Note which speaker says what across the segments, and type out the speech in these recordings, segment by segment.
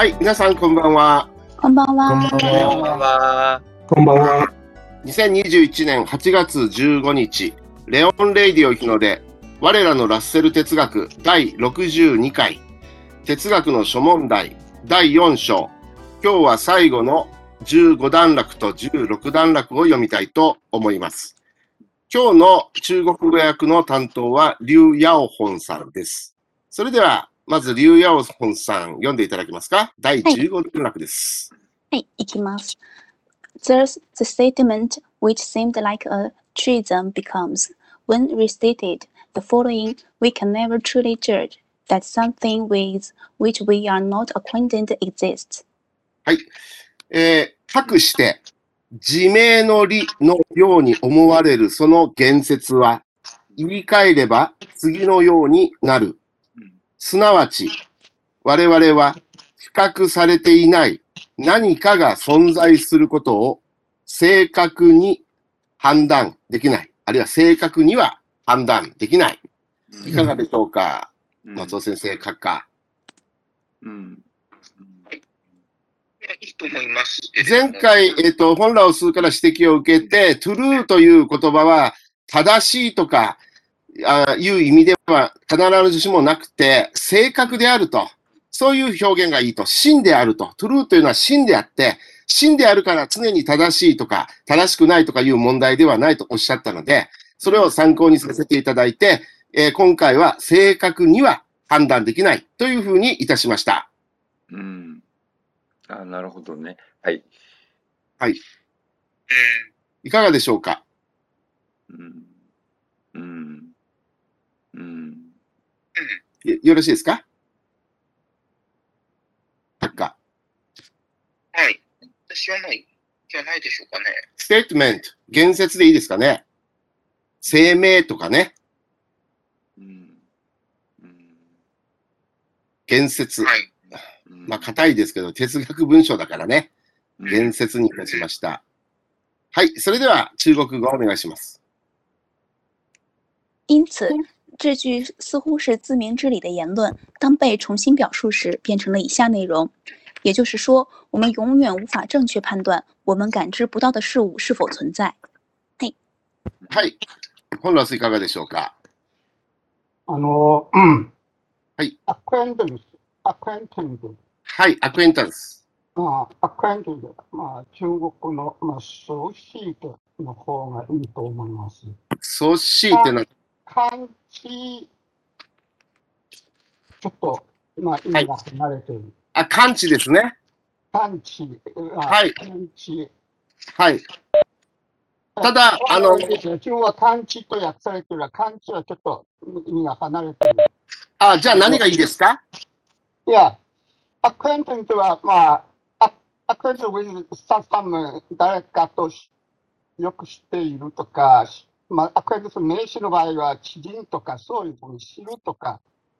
Speaker 1: はい、皆さんこんばんは。
Speaker 2: こんばんは。
Speaker 3: こんばんは。
Speaker 4: こんばんは。
Speaker 1: 2021年8月15日、レオンレイディオ日の出、我らのラッセル哲学第62回、哲学の諸問題第4章、今日は最後の15段落と16段落を読みたいと思います。今日の中国語訳の担当は劉耀本さんです。それでは、まず劉耀本さん読んでいただけますか？第15段落です。
Speaker 2: はい、いきます。Thus, the statement which seemed like a treason becomes, when restated, the following: We can never truly judge that something with which we are not acquainted exists.
Speaker 1: はい。かくして、自明の理のように思われるその言説は、言い換えれば次のようになる。すなわち、我々は比較されていない何かが存在することを正確に判断できない。あるいは正確には判断できない。いかがでしょうか、松尾先生、閣下。
Speaker 3: いいと思います。
Speaker 1: 前回、本ラオスから指摘を受けて、トゥルーという言葉は正しいとかいう意味では必ずしもなくて、正確であると。そういう表現がいいと。真であると。トゥルーというのは真であって、真であるから常に正しいとか、正しくないとかいう問題ではないとおっしゃったので、それを参考にさせていただいて、今回は正確には判断できないというふうにいたしました。
Speaker 4: なるほどね。はい。
Speaker 1: はい。いかがでしょうか？よろしいですか？閣下。
Speaker 3: はい。私はないじゃないでしょうかね。
Speaker 1: ステートメント、言説でいいですかね？声明とかね。言説。
Speaker 3: はい。
Speaker 1: まあ、硬いですけど、哲学文章だからね。言説にいたしました。はい。それでは、中国語をお願いします。
Speaker 2: 因此，这句似乎是自明之理的言论，当被重新表述时，变成了以下内容。也就是说，我们永远无法正确判断我们感知不到的事物是否存在。
Speaker 1: はい。本ラスいかがでしょうか？はい。
Speaker 5: アクエンテンス。
Speaker 1: はい、アクエンタンス。
Speaker 5: アクエンテンス。中国の、ソーシートの方がいいと思います。
Speaker 1: ソーシートの
Speaker 5: 漢字、ちょっと、意味が離れている。
Speaker 1: 漢字ですね。
Speaker 5: 漢字。
Speaker 1: はい。
Speaker 5: 漢字。
Speaker 1: はい。ただ、
Speaker 5: 中国は漢字と訳されている漢字はちょっと意味が離れている。
Speaker 1: じゃあ何がいいですか？
Speaker 5: いや、アクエンテンスは、アクエンテンスは誰かとよく知っているとか、アクエンテンス名詞の場合は知人とかそういうふうに知るとか、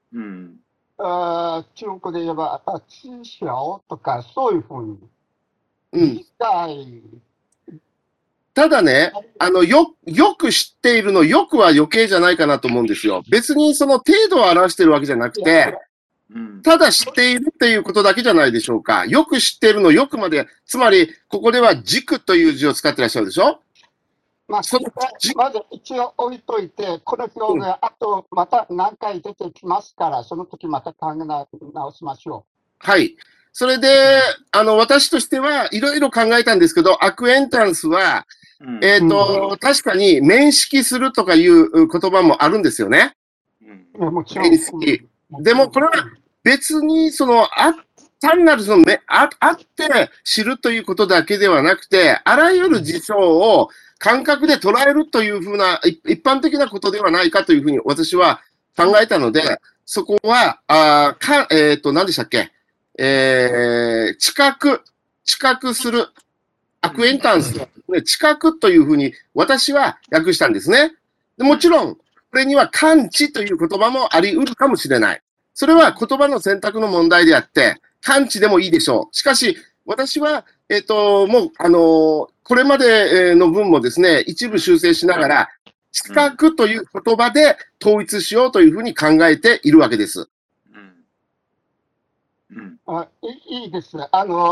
Speaker 5: 中国で言えば知晓とかそういうふうに理解。
Speaker 1: ただね、よく知っているの、よくは余計じゃないかなと思うんですよ。別にその程度を表しているわけじゃなくて、ただ知っているっていうことだけじゃないでしょうか。よく知っているの、よくまで、つまり、ここでは軸という字を使ってらっしゃるでしょ？
Speaker 5: まず一応置いといて、この表現、あとまた何回出てきますから、その時また考え直しましょ
Speaker 1: う。はい。それで、私としてはいろいろ考えたんですけど、アクエンタンスは、確かに面識するとかいう言葉もあるんですよね。
Speaker 5: もちろん。
Speaker 1: でもこれは別に単なる会って知るということだけではなくて、あらゆる事象を感覚で捉えるというふうな一般的なことではないかというふうに私は考えたので、そこは、何でしたっけ？知覚する。アクエンタンス、知覚というふうに私は訳したんですね。でもちろん、これには感知という言葉もあり得るかもしれない。それは言葉の選択の問題であって、感知でもいいでしょう。しかし、私は、もう、これまでの文もですね、一部修正しながら、知覚という言葉で統一しようというふうに考えているわけです。
Speaker 4: うん。
Speaker 5: いいです。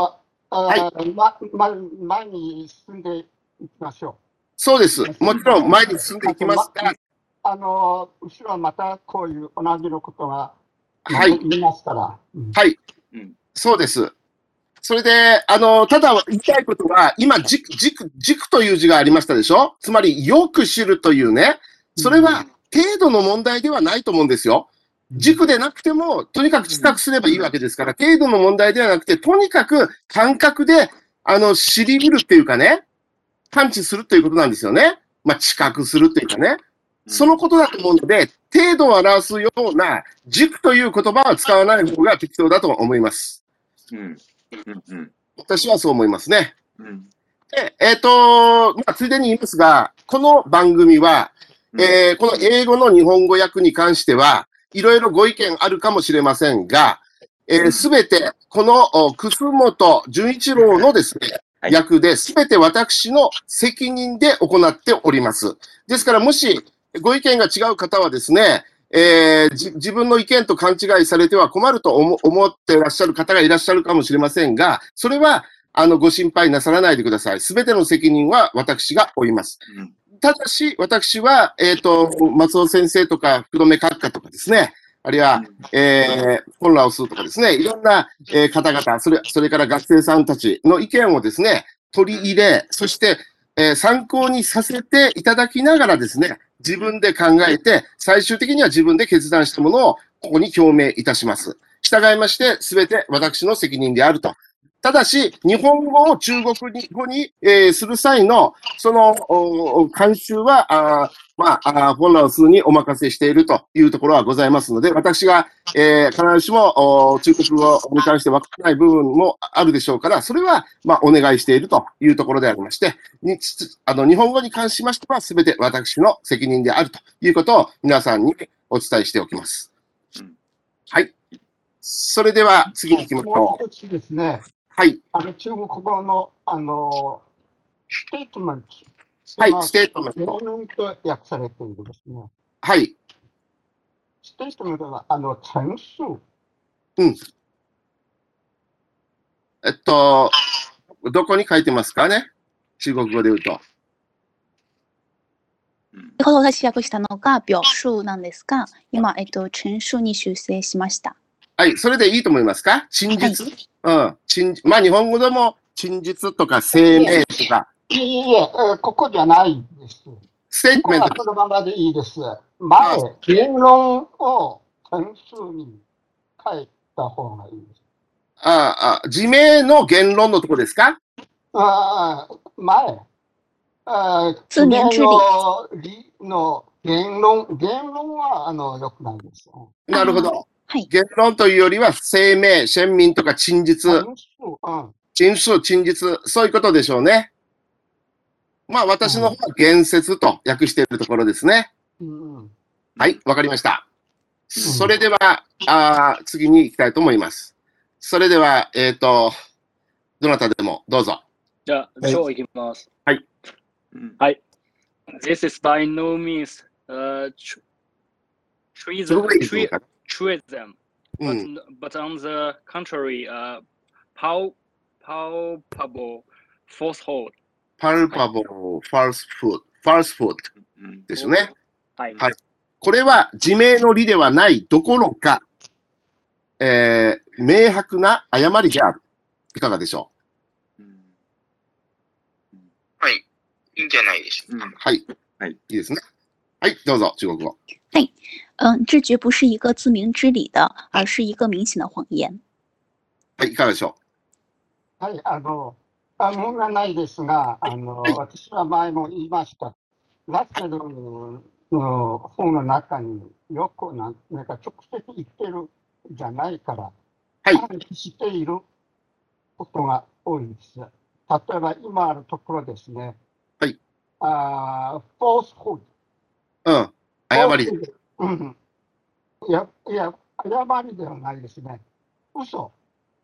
Speaker 5: 前に進んでいきましょ
Speaker 1: そうです。もちろん前に進んでいきますが、
Speaker 5: う。後ろはまたこういう同じのことが、
Speaker 1: はい
Speaker 5: 言いますから。
Speaker 1: はい、
Speaker 4: うん。
Speaker 1: そうです。それで、ただ言いたいことは、今、軸という字がありましたでしょ？つまり、よく知るというね、それは程度の問題ではないと思うんですよ。軸でなくても、とにかく知覚すればいいわけですから、程度の問題ではなくて、とにかく感覚で、知り得るっていうかね、感知するということなんですよね。まあ、知覚するっていうかね。そのことだと思うので、程度を表すような軸という言葉は使わない方が適当だと思います。
Speaker 4: うん。うん。
Speaker 1: 私はそう思いますね。
Speaker 4: うん。
Speaker 1: で、ついでに言いますが、この番組は、この英語の日本語訳に関しては、いろいろご意見あるかもしれませんが、すべて、この、楠本純一郎のですね、
Speaker 4: はい
Speaker 1: 訳で、すべて私の責任で行っております。ですから、もし、ご意見が違う方はですね、自分の意見と勘違いされては困ると思っていらっしゃる方がいらっしゃるかもしれませんが、それは、ご心配なさらないでください。すべての責任は私が負います。
Speaker 4: うん。
Speaker 1: ただし、私は、松尾先生とか、福留閣下とかですね、あるいは、コンラオスとかですね、いろんな、方々、それから学生さんたちの意見をですね、取り入れ、そして、参考にさせていただきながらですね、自分で考えて、最終的には自分で決断したものをここに表明いたします。従いまして、すべて私の責任であると。ただし、日本語を中国語に、する際の、その、慣習は、本ラオスにお任せしているというところはございますので、私が、必ずしも中国語に関して分からない部分もあるでしょうから、それは、お願いしているというところでありまして、日本語に関しましては、すべて私の責任であるということを皆さんにお伝えしておきます。はい。それでは次に行きましょう。
Speaker 5: もう一つですね、
Speaker 1: はい。
Speaker 5: 中国語の、ステートメント。
Speaker 1: はい、ステートメント。
Speaker 5: 言論と訳されているですね。
Speaker 1: はい。
Speaker 5: ステートメントは、陳述。
Speaker 1: どこに書いてますかね？中国語で言うと。
Speaker 2: 先ほど私訳したのが表述なんですが、今、陳述に修正しました。
Speaker 1: はい、それでいいと思いますか？陳述、日本語でも陳述とか声明とか。
Speaker 5: いいえ、ここじゃないです。
Speaker 1: ステートメント。
Speaker 5: そのままでいいです。前、言論を陳述に書いた方がいいです。
Speaker 1: 自明の言論のとこですか？
Speaker 5: 前。
Speaker 2: 自明之
Speaker 5: 理の言論は良くないですよ。
Speaker 1: なるほど。
Speaker 2: はい。
Speaker 1: 言論というよりは声明、宣明とか陳述、陳述、そういうことでしょうね。私の方は言説と訳しているところですね。はい、わかりました。それでは、次に行きたいと思います。それでは、どなたでもどうぞ。
Speaker 6: じゃあ、今日行きます。
Speaker 1: はい。
Speaker 6: はい。This is by no means treason, but on the contrary, palpable falsehood.
Speaker 1: palpable falsehood ですね。
Speaker 6: はい。
Speaker 1: はい。これは自明の理ではないどころか、明白な誤りである。いかがでしょ
Speaker 3: う。はい。いいんじゃないでしょうか。
Speaker 1: はい。はい。いいですね。はい、どうぞ、中国語。
Speaker 2: はい。这绝不是一个自明知理的，而是一个明显的谎言。
Speaker 1: はい、いかがでしょ
Speaker 5: う。はい、問題ないですが、私は前も言いました。ラッセルの本の中によくなんか直接言ってるじゃないから、暗記していることが多いです。例えば今あるところですね。
Speaker 1: はい。
Speaker 5: falsehood。
Speaker 1: 誤り。
Speaker 5: いや、誤りではないですね。嘘。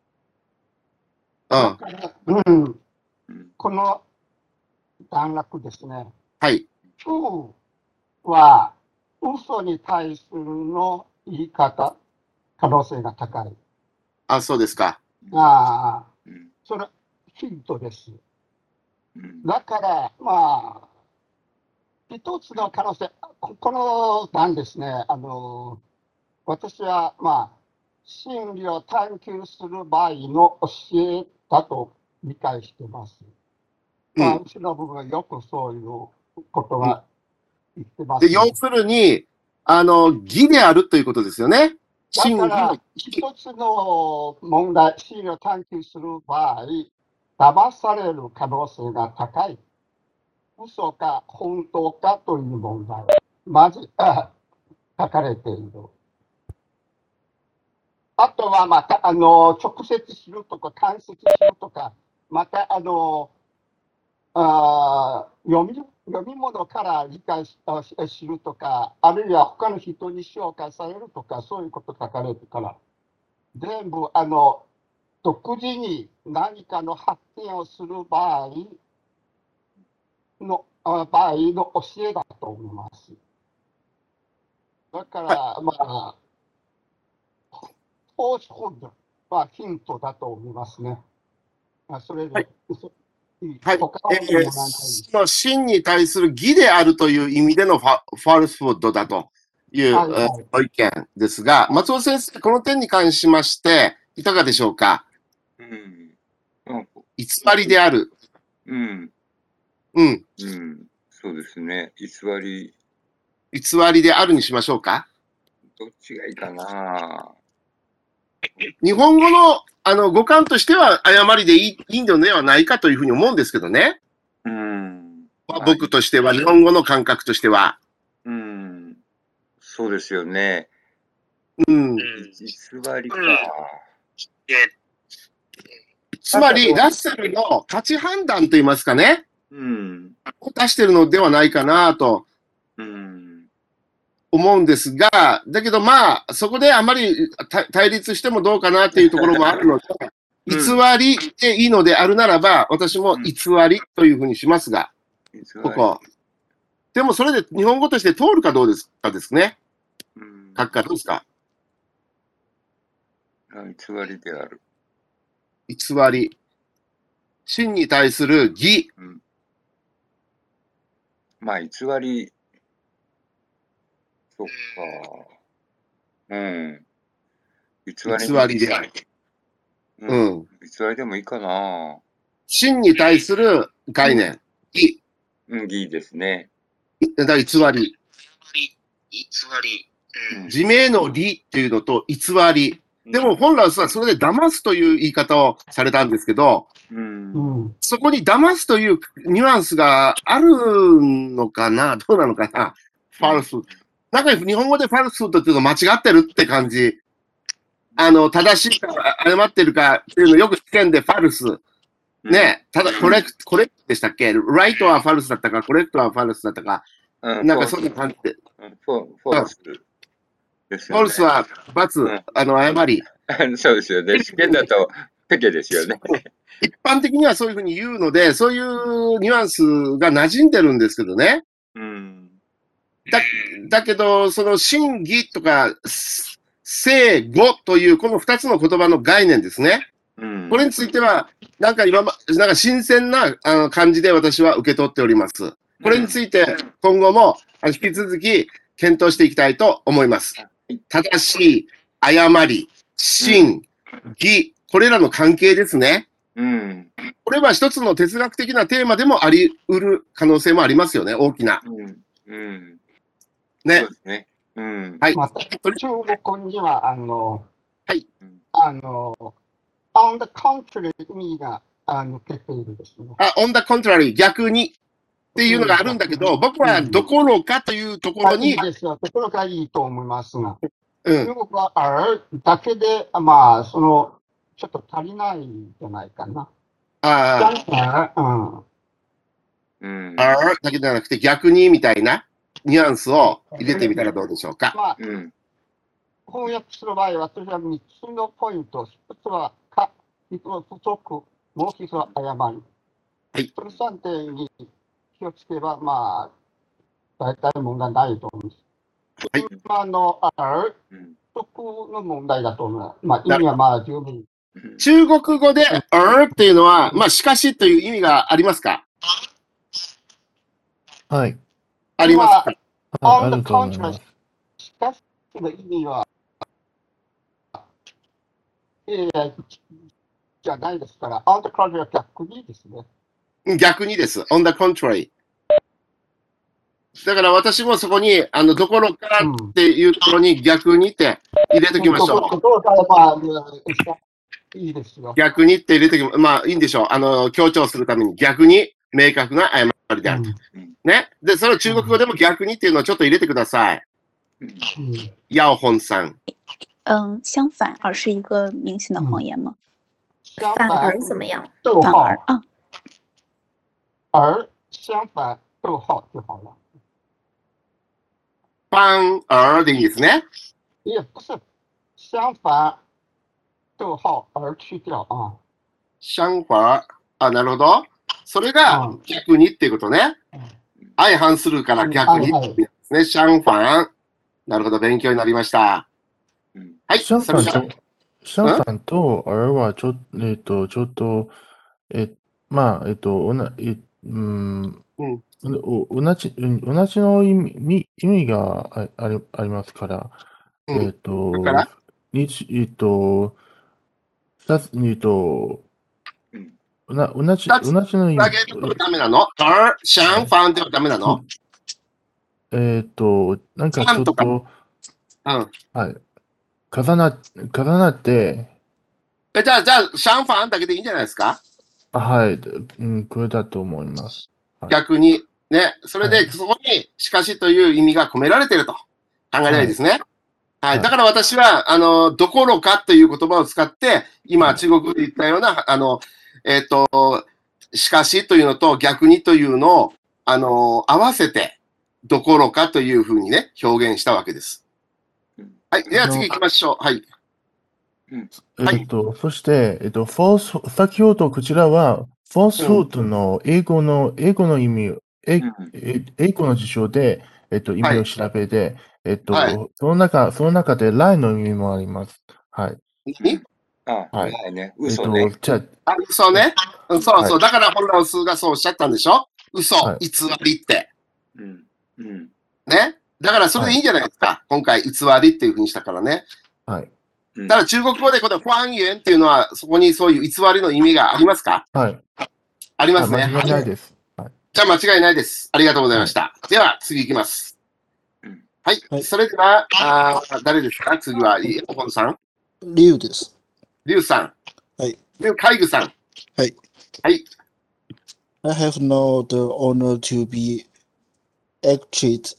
Speaker 5: この段落ですね。
Speaker 1: はい。
Speaker 5: true は嘘に対するの言い方、可能性が高い。
Speaker 1: あ、そうですか。
Speaker 5: ああ、
Speaker 4: うん
Speaker 5: それ、ヒントです。
Speaker 4: うん
Speaker 5: だから、まあ、一つの可能性、この段ですね、私は、まあ、真理を探求する場合の教えだと理解してます。まあ、
Speaker 1: うん。
Speaker 5: うちの部分はよくそういうことは言ってま
Speaker 1: で、
Speaker 5: す。
Speaker 1: 要するに、義であるということですよね。
Speaker 5: だ
Speaker 1: 真
Speaker 5: から、
Speaker 1: 理の義。
Speaker 5: 一つの問題、真理を探求する場合、騙される可能性が高い。嘘か本当かという問題。まず、書かれている。あとはまた、直接知るとか、間接知るとか、また、読み物から理解し知るとか、あるいは他の人に紹介されるとか、そういうこと書かれてから、全部、独自に何かの発見をする場合の教えだと思います。だから、まあ、投資本はヒントだと思いますね。それで、
Speaker 1: はいはい。
Speaker 5: 他は問題ないです。
Speaker 1: その真に対する義であるという意味でのファルスフォッドだという、
Speaker 5: はいはい
Speaker 1: ご意見ですが、松尾先生、この点に関しまして、いかがでしょうか。
Speaker 4: うんうん
Speaker 1: 偽りである。
Speaker 4: うん
Speaker 1: うん。
Speaker 4: うんそうですね。偽り、
Speaker 1: 偽りであるにしましょうか。
Speaker 4: どっちがいいかな。
Speaker 1: 日本語の語感としては誤りでいいのではないかというふうに思うんですけどね。僕としては、日本語の感覚としては。
Speaker 4: そうですよね。
Speaker 1: うん。
Speaker 4: 偽りか。
Speaker 1: つまり、ラッセルの価値判断といいますかね。を出してるのではないかなと思うんですが、だけどまあ、そこであまり対立してもどうかなというところもあるので、偽りでいいのであるならば、私も偽りというふうにしますが、ここ。でもそれで日本語として通るかどうですかですね。書くかどうですか。
Speaker 4: 偽りである。
Speaker 1: 偽り。真に対する義。
Speaker 4: まあ、偽り。そっか。偽
Speaker 1: りである。
Speaker 4: 偽りでもいいかな。
Speaker 1: 真に対する概念。義。
Speaker 4: 義ですね。
Speaker 1: だから偽り。自明の理っていうのと偽り。でも本来はそれで騙すという言い方をされたんですけど、そこに騙すというニュアンスがあるのかな、どうなのかな、ファルス。なんか日本語でファルスとっていうと間違ってるって感じ。正しいか誤ってるかっていうのよく聞けんで、ファルス。ね、ただコレクトでしたっけ、ライトはファルスだったか、コレクトはファルスだったか、なんかそんな感じで。
Speaker 4: フォルスですよね。
Speaker 1: フォルスは×、誤り。
Speaker 4: そうですよね。試験だとペケですよね。
Speaker 1: 一般的にはそういうふうに言うので、そういうニュアンスが馴染んでるんですけどね。だけど、その真偽とか、正誤というこの二つの言葉の概念ですね。これについては、なんか新鮮な感じで私は受け取っております。これについて今後も引き続き検討していきたいと思います。正しい、誤り、真、偽、これらの関係ですね。これは一つの哲学的なテーマでもあり得る可能性もありますよね、大きな。ね。
Speaker 4: そうですね。
Speaker 1: はい。
Speaker 5: また、中国には、
Speaker 1: はい。
Speaker 5: on the contrary 意味が抜けているですね。
Speaker 1: on the contrary、逆にっていうのがあるんだけど、僕はどころかというところに。
Speaker 5: いいですよ。ところがいいと思いますが。中国はあるだけで、まあ、ちょっと足りないんじゃないかな。
Speaker 1: だけじゃなくて逆にみたいなニュアンスを入れてみたらどうでしょうか。
Speaker 5: まあ、翻訳する場合は、私は3つのポイント。1つは、1つは不足、もう1つは誤り。
Speaker 1: はい。
Speaker 5: その3点に気をつけば、まあ、大体問題ないと思います。今のの問題だと思う。まあ、意味はまあ十分。
Speaker 1: 中国語で、っていうのは、まあ、しかしという意味がありますか？
Speaker 7: はい。
Speaker 1: ありますか？
Speaker 7: はい、あ
Speaker 5: on the
Speaker 7: ると思い
Speaker 5: contrary
Speaker 7: ます。
Speaker 5: しかしの意味は、じゃないですから、on the contrary は逆にですね。
Speaker 1: 逆にです。on the contrary。だから私もそこに、どころからっていうところに逆にって入れときましょう。
Speaker 5: どころからまあ、いいですよ。
Speaker 1: 逆にって入れときま、まあいいんでしょう。強調するために逆に明確な誤りであると。ね。で、それを中国語でも逆にっていうのをちょっと入れてください。ヤオホンさん。
Speaker 2: 相反，而是一个明显的谎言吗？
Speaker 8: 反而怎么样？
Speaker 5: 逗号
Speaker 2: 反而啊，
Speaker 5: 而相反逗号就好了。
Speaker 1: 反而でいいですね。
Speaker 5: 也不是相反逗号而去掉啊。
Speaker 1: 相反。あ、なるほど。それが逆にっていうことね。相反するから逆にっていうですね。相反。なるほど。勉強になりました。はい。
Speaker 7: 相反
Speaker 1: それじゃあ
Speaker 7: 相反と、あれはちょっと、まあ、同じの意味がありますから、
Speaker 1: だから
Speaker 7: 同じの意
Speaker 1: だけでもダメなの？相反ではダメなの？
Speaker 7: なんかちょっと、はい。重なって、
Speaker 1: じゃあ、相反だけでいいんじゃないですか？
Speaker 7: はい。これだと思います。
Speaker 1: 逆に、ね。それで、そこに、しかしという意味が込められていると考えればいいですね。はい。だから私は、どころかという言葉を使って、今、中国で言ったような、しかしというのと逆にというのを、合わせて、どころかというふうにね、表現したわけです。はい。では次行きましょう。はい。
Speaker 7: そして、先ほどこちらは、フォースフードの英語の意味、英語の辞書で、意味を調べて、その中で、ライの意味もあります。はい。
Speaker 4: はい。ね。嘘ね。
Speaker 1: 嘘ね。そうそう。だから本来数がそうおっしゃったんでしょ？嘘、偽りって。ね。だからそれでいいんじゃないですか。今回、偽りっていうふうにしたからね。
Speaker 7: はい。
Speaker 1: ただ中国語でこのファンユンっていうのは、そこにそういう偽りの意味がありますか？
Speaker 7: はい。
Speaker 1: ありますね。
Speaker 7: 間違いないです。
Speaker 1: じゃあ間違いないです。ありがとうございました。では、次行きます。はい。それでは、誰ですか？次は、イオホンさん。
Speaker 9: リュウです。
Speaker 1: リュウさん。
Speaker 9: はい。
Speaker 1: で、カイグさん。
Speaker 9: はい。
Speaker 1: はい。
Speaker 9: I have now the honor to be acquainted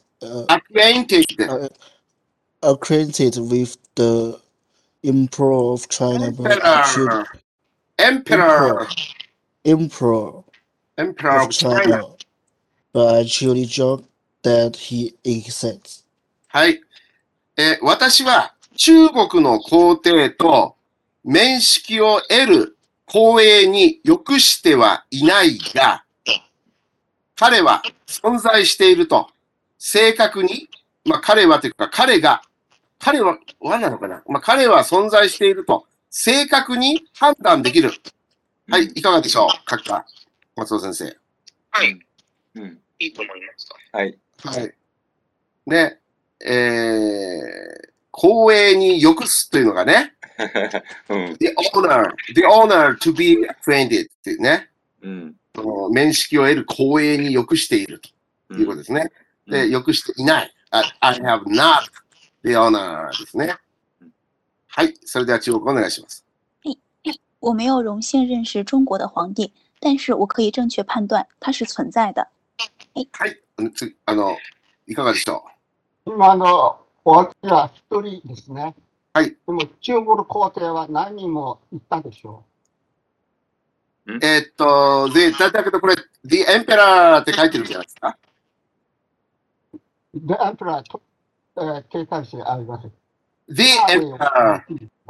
Speaker 9: with the Emperor of China, Emperor of China, but I actually joke that he exists.
Speaker 1: はい。私は中国の皇帝と面識を得る光栄に属してはいないが、彼は存在していると、正確に、まあ彼はというか、彼はなのかな、まあ彼は存在していると、正確に判断できる。はい、いかがでしょう、閣下。松尾先生。
Speaker 3: はい。いいと思いました。
Speaker 4: はい。
Speaker 1: はい。ね、光栄に属すというのがね、the honor to be acquainted っていうね、面識を得る光栄に属しているということですね。で、属していない。I have not the honor ですね。はい、それでは中国語お願いします。
Speaker 2: 我没有荣幸认识中国的皇帝，但是我可以正确判断它是存在的。
Speaker 1: はい、次、いかがでしょ
Speaker 5: う。今皇帝は一人ですね。
Speaker 1: はい。
Speaker 5: でも中国の皇帝は何人もいたでしょ
Speaker 1: う。だけどこれ、The Emperor って書いてるじゃないですか。
Speaker 5: The Emperor と、警戒士あります。
Speaker 1: The Emperor。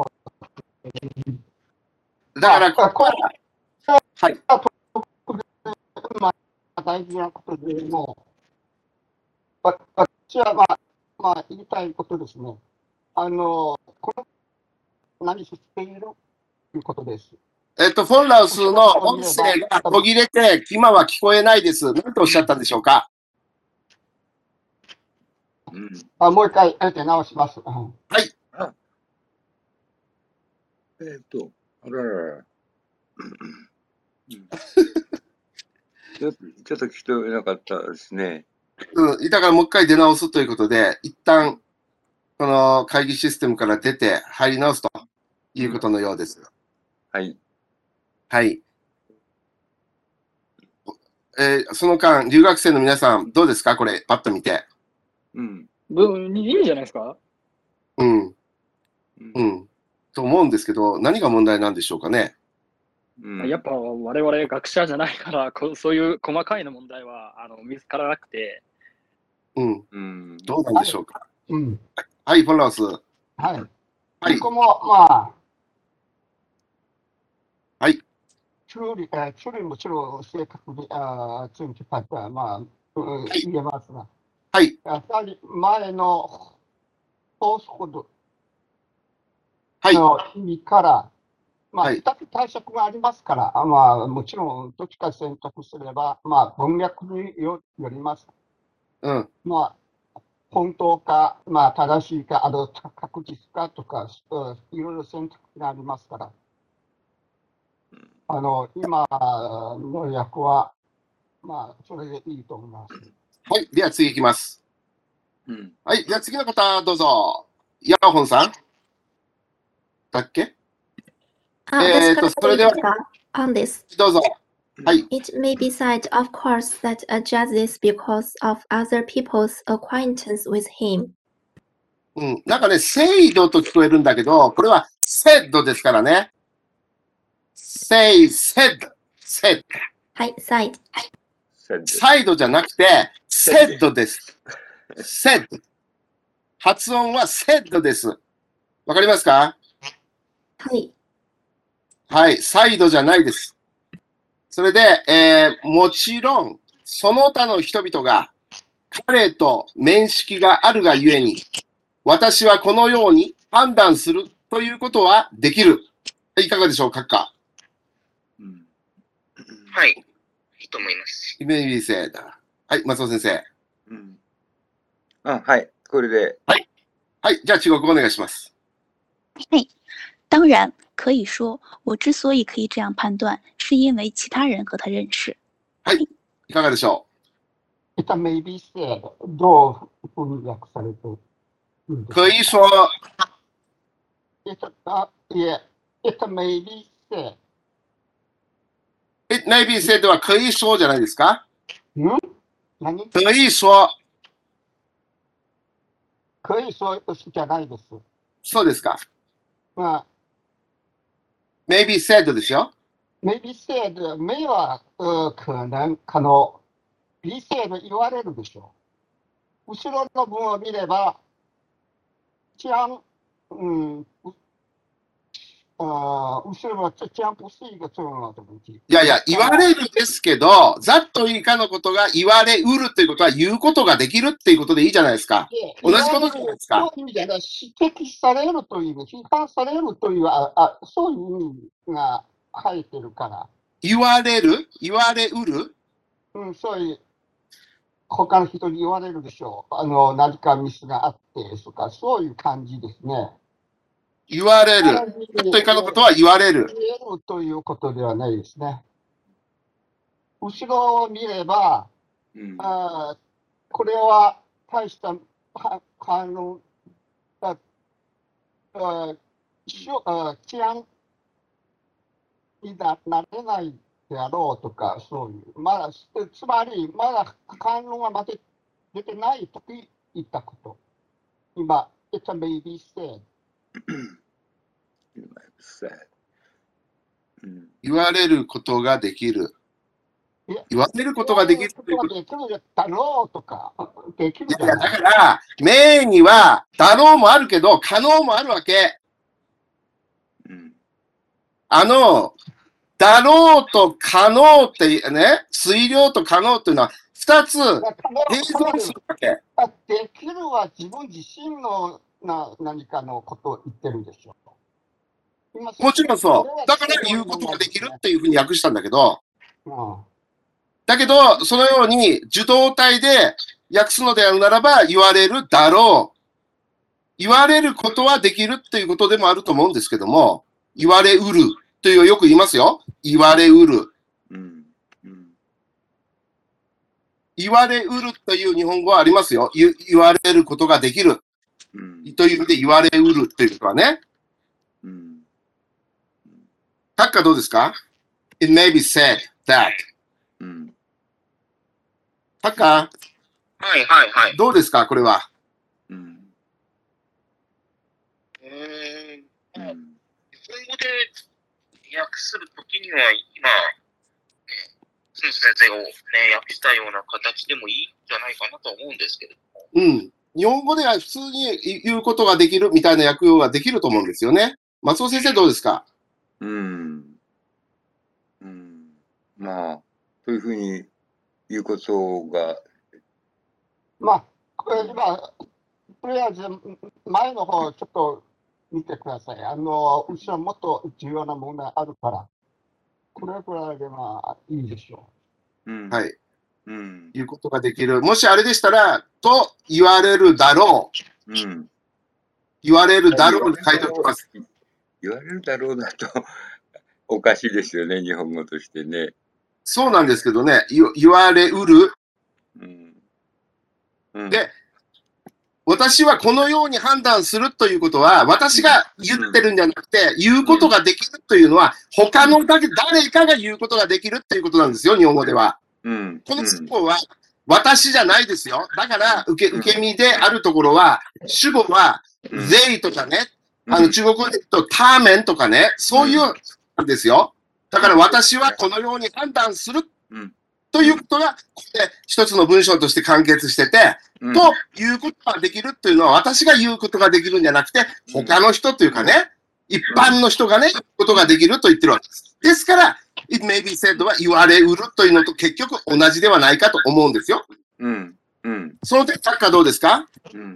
Speaker 1: だから、これは、はい。
Speaker 5: まあ、大事なことでも、私はまあ言いたいことですね。 この何しているということです。
Speaker 1: フォンラウスの音声が途切れて、今は聞こえないです。何とおっしゃったんでしょうか？
Speaker 5: もう一回、直します。
Speaker 1: はい。
Speaker 4: あららら。ちょっと聞き取れなかったですね。
Speaker 1: だからもう一回出直すということで、一旦、この会議システムから出て入り直すということのようです。
Speaker 4: はい。
Speaker 1: はい。その間、留学生の皆さん、どうですかこれ、パッと見て。
Speaker 6: いいんじゃないですか？
Speaker 1: と思うんですけど、何が問題なんでしょうかね。
Speaker 6: やっぱ我々学者じゃないから、そういう細かいの問題は見つからなくて。
Speaker 1: どうなんでしょうか。はい、フォンラウス。
Speaker 5: はい。ここも、まあ、
Speaker 1: はい。
Speaker 5: 处理もちろん正確に、準備パターン、まあ、言えますが。
Speaker 1: はい。
Speaker 5: やはり前の法則
Speaker 1: の
Speaker 5: 意味から、まあ、2つ対策がありますから、まあ、もちろんどっちか選択すれば、まあ、文脈によります。まあ、本当か、まあ、正しいか、確実かとか、いろいろ選択がありますから。今の役は、まあ、それでいいと思います。
Speaker 1: はい。では次いきます。はい。では次の方、どうぞ。ヤーホンさんだっけ？それでは、どうぞ。はい。
Speaker 8: It may be said, of course, that a judge is because of other people's acquaintance with him.
Speaker 1: なんかね、制度と聞こえるんだけど、これはsaidですからね。said。
Speaker 8: はい、said。
Speaker 1: サイドじゃなくて、said です。said。発音は said です。わかりますか？
Speaker 8: はい。
Speaker 1: はい、サイドじゃないです。それで、もちろん、その他の人々が彼と面識があるがゆえに、私はこのように判断するということはできる。いかがでしょうか？
Speaker 3: はい。いいと思います。
Speaker 1: イメージ性だ。はい、松尾先生。
Speaker 4: はい、これで。
Speaker 1: はい。はい、じゃあ中国語お願いします。
Speaker 2: はい。当然可以说，我之所以可以这样判断，是因为其他人和他认识。
Speaker 1: はい。いかがでしょ
Speaker 5: う？ It may be said。どう翻訳されているんですか？
Speaker 1: 可以说。
Speaker 5: It may be said。
Speaker 1: It may be said は可以说じゃないですか？
Speaker 5: 何？
Speaker 1: 可以说。
Speaker 5: 可以说じゃないです。
Speaker 1: そうですか。
Speaker 5: まあ、
Speaker 1: maybe said ですよ。
Speaker 5: maybe said、may は可能。be said 言われるでしょう。後ろの文を見れば、治安、後ろは治安不正が重要なところ。
Speaker 1: いやいや、言われるですけど、ざっと以下のことが言われうるということは言うことができるっていうことでいいじゃないですか。同じことじゃないですか。
Speaker 5: そういう意味じゃない、指摘されるという、批判されるという、そういう意味が入ってるから。
Speaker 1: 言われる？言われうる？
Speaker 5: そういう、他の人に言われるでしょう。何かミスがあってとか、そういう感じですね。
Speaker 1: 言われる。というかのことは言われる。
Speaker 5: 言えるということではないですね。後ろを見れば、これは大した反論だ、治安になれないであろうとか、そういう。つまり、まだ反論が出てないとき言ったこと。今、it may be said。
Speaker 1: 言われることができる。言われることができる。
Speaker 5: できるだろうとか、できるじゃない。
Speaker 1: だから、名には、だろうもあるけど、可能もあるわけ。だろうと可能ってね、推量と可能っていうのは、二つ、並存するわけ。
Speaker 5: できるは自分自身のな何かのことを言ってるでしょう。
Speaker 1: もちろんそう。だから言うことができるっていうふうに訳したんだけど、だけど、そのように受動体で訳すのであるならば、言われるだろう。言われることはできるっていうことでもあると思うんですけども、言われうるというよく言いますよ。言われうる。言われうるという日本語はありますよ。言われることができる。という意味で言われうるということはね。タッカーどうですか？ It may be said that. タッカー
Speaker 3: はいはいはい。
Speaker 1: どうですかこれは。
Speaker 3: 日本語で訳するときには今、その先生を、訳したような形でもいいんじゃないかなと思うんですけど。
Speaker 1: 日本語では普通に言うことができるみたいな訳用ができると思うんですよね。松尾先生どうですか？
Speaker 4: まあ、そういうふうに言うことが。
Speaker 5: まあ、これ今、とりあえず前の方ちょっと見てください。後ろもっと重要なものがあるから、これくらいでまあいいでしょう。
Speaker 1: はい。言うことができる。もしあれでしたら、と言われるだろう。言われるだろうに書いておきます。
Speaker 4: 言われるだろうだとおかしいですよね、日本語としてね。
Speaker 1: そうなんですけどね、言われうる。で、私はこのように判断するということは、私が言ってるんじゃなくて、言うことができるというのは、他の誰かが言うことができるということなんですよ、日本語では。この主語は、私じゃないですよ。だから、受け身であるところは、主語は、they とかね、中国語で言うと、ターメンとかね、そういうんですよ。だから私はこのように判断するということが、ここで一つの文章として完結してて、ということができるというのは、私が言うことができるんじゃなくて、他の人というかね、一般の人がね、言うことができると言ってるわけです。ですから、It may be said は言われうるというのと結局同じではないかと思うんですよ。その点、サッカーどうですか？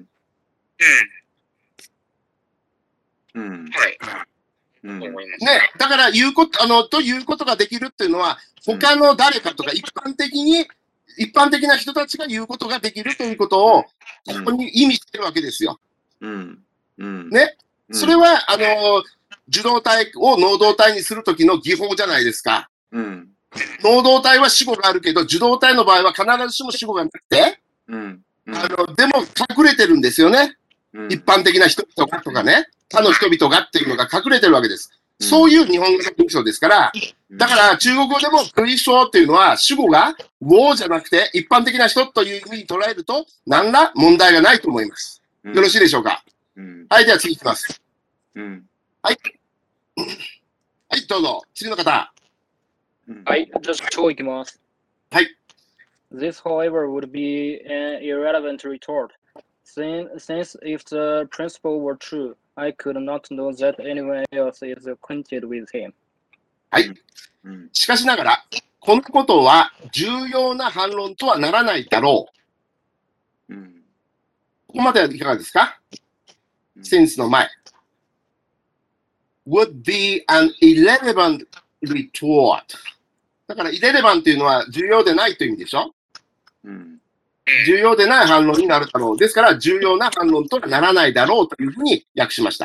Speaker 1: ね、だから言うこと、ということができるっていうのは、他の誰かとか一般的な人たちが言うことができるということを、ここに意味してるわけですよ。ね。それは、受動体を能動体にするときの技法じゃないですか。能動体は主語があるけど、受動体の場合は必ずしも主語がなくて、でも隠れてるんですよね。一般的な人々がとかね、他の人々がっていうのが隠れてるわけです。そういう日本語の文章ですから、だから中国語でもクリショーっていうのは主語がウォーじゃなくて一般的な人というふうに捉えると何ら問題がないと思います。よろしいでしょうか？はい、では次いきます。はい。はい、どうぞ。次の方。
Speaker 6: はい、じゃあ、超いきます。
Speaker 1: はい。
Speaker 6: This, however, would be an irrelevant retort, since if the principle were true, I could not know that anyone else is acquainted with him.
Speaker 1: はい。しかしながら、このことは重要な反論とはならないだろう。ここまではいかがですか？ since の前。would be an irrelevant retort. だから、irrelevant というのは重要でないという意味でしょ？重要でない反論になるだろう。ですから、重要な反論とはならないだろうというふうに訳しました。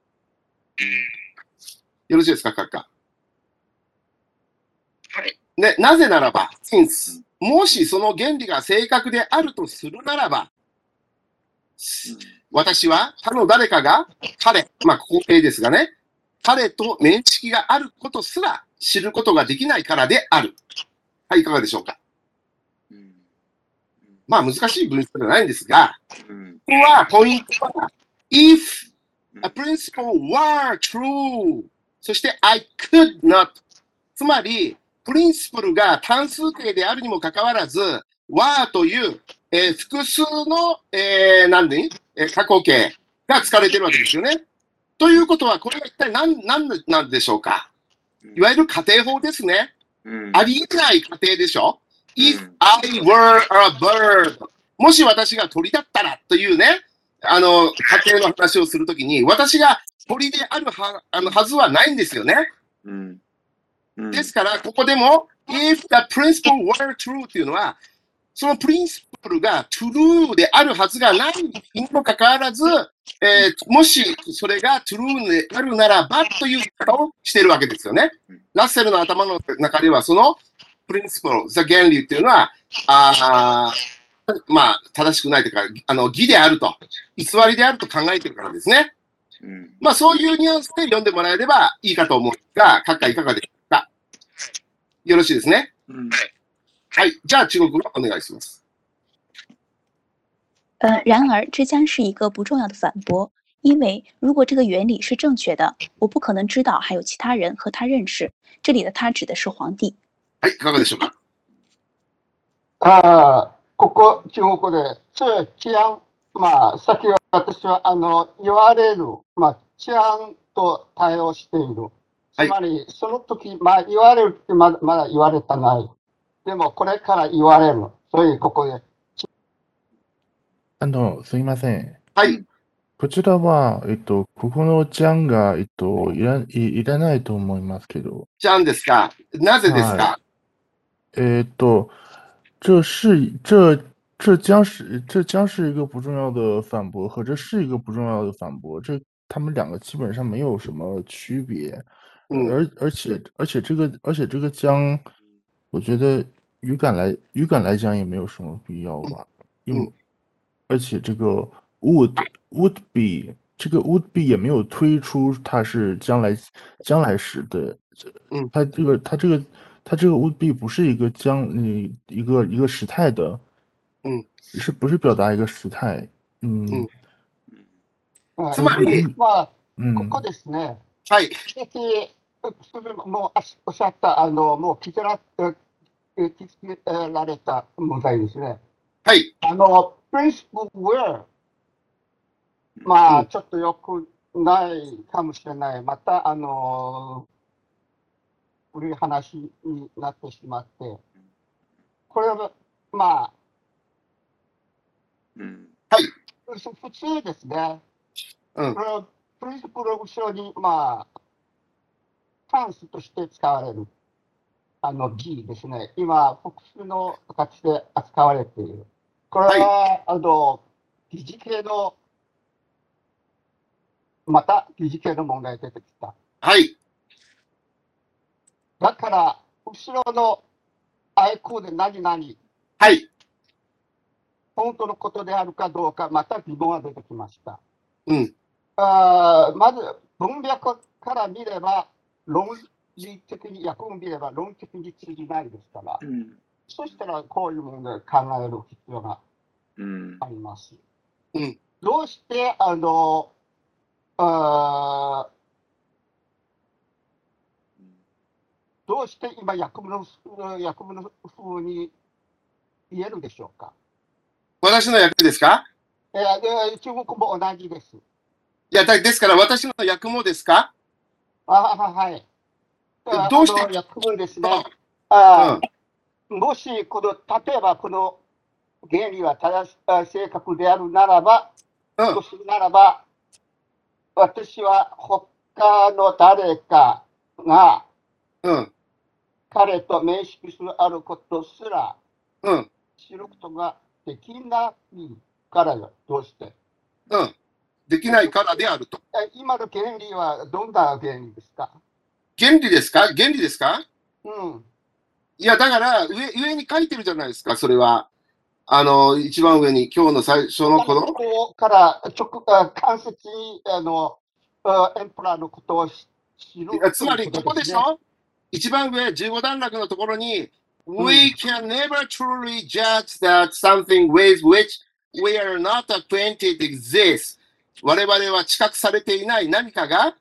Speaker 1: よろしいですか、閣下。ね、なぜならば、since、もしその原理が正確であるとするならば、私は他の誰かが彼、まあ、ここ形ですがね、彼と面識があることすら知ることができないからである。はい、いかがでしょうか。まあ難しい文章じゃないんですが、ここはポイントは、if a principle were true、そして I could not、つまり、プリンシプルが単数形であるにもかかわらず、were という、複数の、過去形が使われているわけですよね。ということは、これは一体何なんでしょうか。いわゆる仮定法ですね。ありえない仮定でしょ。If I were a bird、もし私が鳥だったらというね、 家庭の話をするときに、私が鳥であるはずはないんですよね。ですから、ここでも、if the principle were true っていうのは、そのプリンシプルが true であるはずがないにもかかわらず、もしそれが true であるならばという言い方をしているわけですよね。ラッセルの頭の中では、そのプリンシプル、原理っていうのは、まあ、正しくないというか、偽であると、偽りであると考えているからですね。まあ、そういうニュアンスで読んでもらえればいいかと思うが、閣下いかがでしょうか。よろしいですね。はい。じゃあ、中国語お願いします。
Speaker 2: 然而，这将是一个不重要的反驳，因为如果这个原理是正确的，我不可能知道还有其他人和他认识。这里的他指的是皇帝。
Speaker 1: はい、いかがでしょうか。
Speaker 5: ここ、中国語で、治安、まあ、先は私は、言われる、まあ、治安と対応している。つまり、その時、まあ、言われるってまだ言われたない。でも、これから言われる。そういう、ここで。
Speaker 7: すいません。
Speaker 1: はい。
Speaker 7: こちらは、ここのちゃんが、いらないと思いますけど。
Speaker 1: ちゃんですか？なぜですか？
Speaker 7: 这将是一个不重要的反驳，和这是一个不重要的反驳，他们两个基本上没有什么区别。而且这个将，我觉得语感来讲也没有什么必要吧。而且这个 would be 这个 would be 也没有推出它是将来时的。它这个 would be 不是一个一个时态的。不是表达一个时態。
Speaker 5: つまり、まあ、ここですね。
Speaker 1: はい。
Speaker 5: もうおっしゃった、もう気づけられた問題ですね。
Speaker 1: はい。
Speaker 5: principle were、まあ、ちょっとよくないかもしれない。また、古い話になってしまって、これは、まあ、
Speaker 1: はい。
Speaker 5: 普通ですね。これはプリンシプルの後ろに、まあ、関数として使われる、G ですね。今、複数の形で扱われている。これは、疑似系の、また疑似系の問題が出てきた。
Speaker 1: はい。
Speaker 5: だから、後ろのあいこで何々。
Speaker 1: はい。
Speaker 5: 本当のことであるかどうか、また疑問が出てきました。
Speaker 8: ま
Speaker 5: ず、文脈から見れば、論理的に、訳を見れば論的に通じないですから、そしたらこういう問題を考える必要があります。どうして、どうして今、訳文の風に言えるでしょうか。
Speaker 1: 私の訳ですか？
Speaker 5: 中国も同じです。
Speaker 1: いや、ですから私の訳もですか？
Speaker 5: はい。
Speaker 1: どうして
Speaker 5: 訳文ですね。もし、例えばこの原理は正確であるならば、とするならば、私は他の誰かが、彼と面識するあることすら、知ることができないからよ。どうして？
Speaker 1: できないからであると。
Speaker 5: 今の原理はどんな原理ですか？
Speaker 1: 原理ですか？いや、だから、上に書いてるじゃないですか、それは。一番上に、今日の最初のこの。
Speaker 5: ここから間接に、エンプラーのことを知る。
Speaker 1: つまり、ここでしょ？一番上、15段落のところに、We can never truly judge that something with which we are not acquainted exists. 我々は知覚されていない何かが、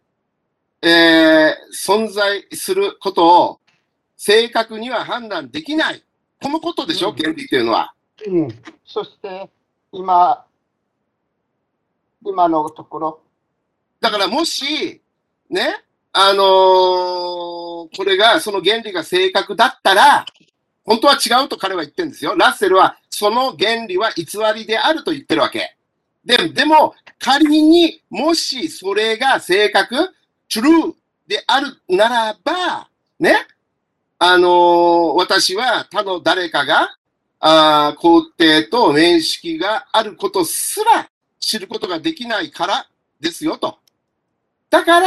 Speaker 1: 存在することを正確には判断できない。このことでしょ、原理っていうのは。
Speaker 5: そして、今のところ。
Speaker 1: だからもし、ね、これが、その原理が正確だったら、本当は違うと彼は言ってるんですよ。ラッセルは、その原理は偽りであると言ってるわけ。 でも、仮にもしそれが正確、true であるならば、ね、私は他の誰かが、皇帝と面識があることすら知ることができないからですよと。だから、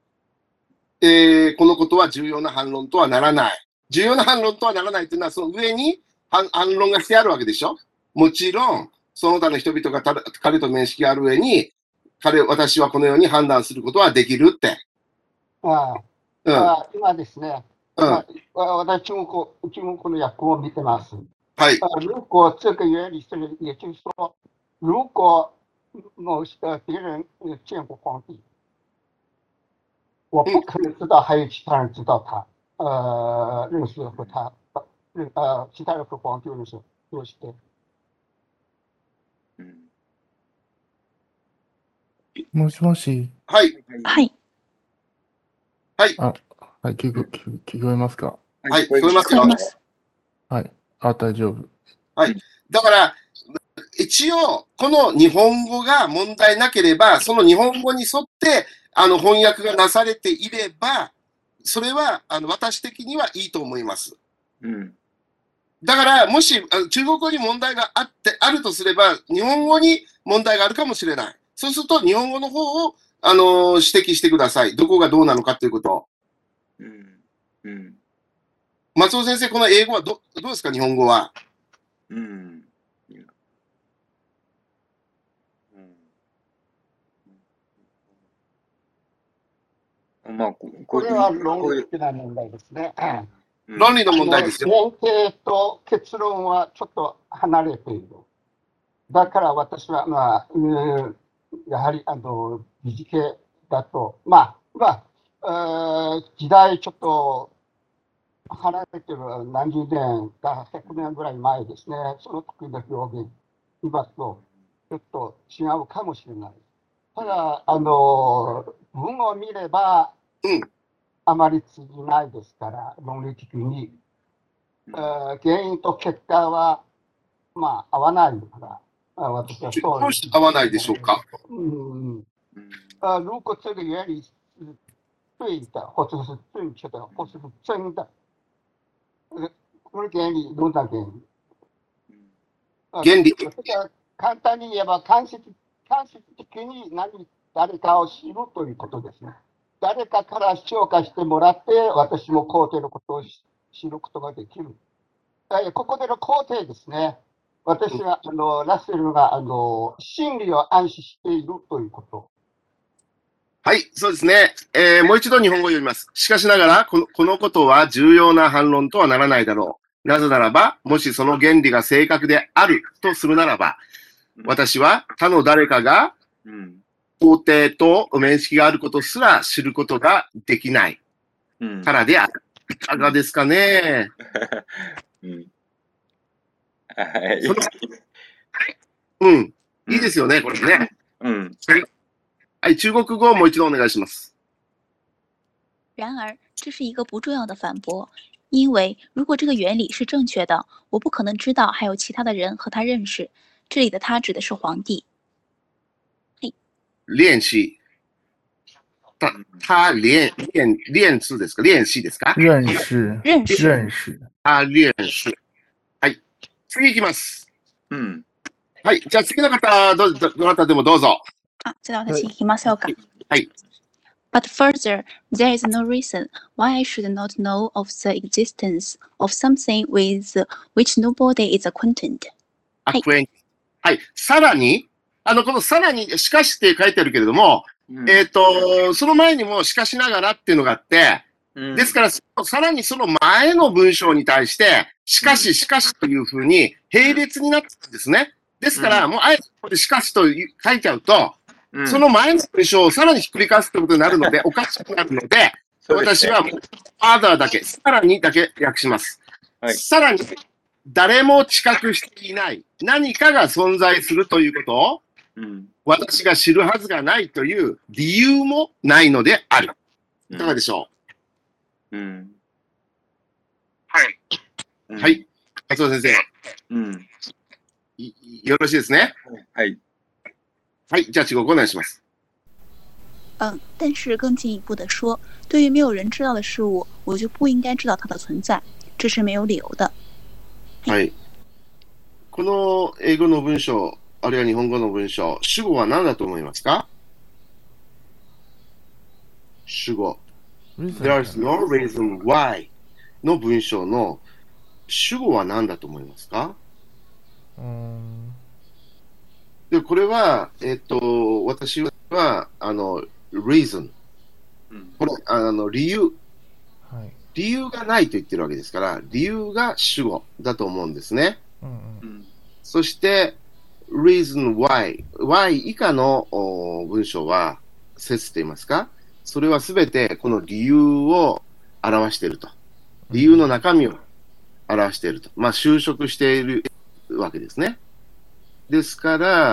Speaker 1: このことは重要な反論とはならない。重要な反論とはならないというのは、その上に反論がしてあるわけでしょ。もちろん、その他の人々が彼と面識がある上に、私はこのように判断することはできるって。
Speaker 5: 今ですね、私中国の訳を見てます。
Speaker 1: はい。
Speaker 5: 如果这个原理是，也就是说，如果别人见过皇帝，我不可能知道还有其他人知道他，认识和他，其他人和皇帝认识，どうして？
Speaker 7: もしもし。
Speaker 1: はい。
Speaker 2: はい。
Speaker 1: はい。
Speaker 7: はい、聞こえますか？
Speaker 1: はい、聞こえますよ。
Speaker 7: はい。大丈夫。
Speaker 1: はい。だから、一応、この日本語が問題なければ、その日本語に沿って、翻訳がなされていれば、それは、私的にはいいと思います。だから、もし、中国語に問題があるとすれば、日本語に問題があるかもしれない。そうすると、日本語の方を、指摘してください。どこがどうなのかということを。松尾先生、この英語はどうですか、日本語は。
Speaker 5: これは論理的な問題ですね。
Speaker 1: 論理の問題ですよ。
Speaker 5: 前提と結論はちょっと離れている。だから私は、やはり理事系だと、時代ちょっと離れてる何十年か100年ぐらい前ですね、その時の表現、今とちょっと違うかもしれない。ただ、文を見れば、あまり通じないですから、論理的に。原因と結果は、合わないから、私はそう。
Speaker 1: どうして合わないでしょうか？
Speaker 5: 如果这个原理是对的，或者是正确的，或者是真的，この原理、どんな原理？
Speaker 1: 原理。
Speaker 5: 簡単に言えば、間接的に誰かを知るということですね。誰かから評価してもらって、私も皇帝のことを知ることができる。ここでの皇帝ですね。私は、ラッセルが、真理を暗視しているということ。
Speaker 1: はい、そうですね。もう一度日本語を読みます。しかしながら、このことは重要な反論とはならないだろう。なぜならば、もしその原理が正確であるとするならば、私は他の誰かが、皇帝と面識があることすら知ることができないからである。いかがですかね。いいですよね、これね。はい、中国語をもう一度お願いします。
Speaker 2: 然而，这是一个不重要的反驳，因为如果这个原理是正确的，我不可能知道还有其他的人和他认识。这里的他指的是皇帝。
Speaker 1: 练習。他練習ですか？練習ですか？
Speaker 7: 認識。他
Speaker 1: 練習。はい。次いきます。はい。じゃあ次の方、どなたでもどうぞ。
Speaker 2: じゃあ私いきましょうか。
Speaker 1: はい。
Speaker 2: But further, there is no reason why I should not know of the existence of something with which nobody is acquainted.
Speaker 1: はい。さらに、このさらに、しかしって書いてあるけれども、その前にもしかしながらっていうのがあって、ですから、さらにその前の文章に対して、しかしというふうに並列になってるんですね。ですから、もうあえてここでしかしと書いちゃうと、その前の文章をさらにひっくり返すということになるので、おかしくなるので、私はもう、furtherだけ、さらにだけ訳します。さらに、誰も知覚していない何かが存在するということを、私が知るはずがないという理由もないのである。いかがでしょう？
Speaker 3: はい。
Speaker 1: はい。松尾先生。よろしいですね。
Speaker 4: はい。
Speaker 1: はい、じゃあ中国お願いします。
Speaker 2: 但是更进一步的说，对于没有人知道的事物，我就不应该知道它的存在，这是没有理由的。
Speaker 1: はい。この英語の文章、あるいは日本語の文章、主語は何だと思いますか？主語。There's no reason why の文章の主語は何だと思いますか？で、これは、私は、reason。これ、理由。理由がないと言ってるわけですから、理由が主語だと思うんですね。そして、reason why 以下の文章は、説と言いますか、それはすべてこの理由を表していると。理由の中身を表していると。まあ、修飾しているわけですね。ですから、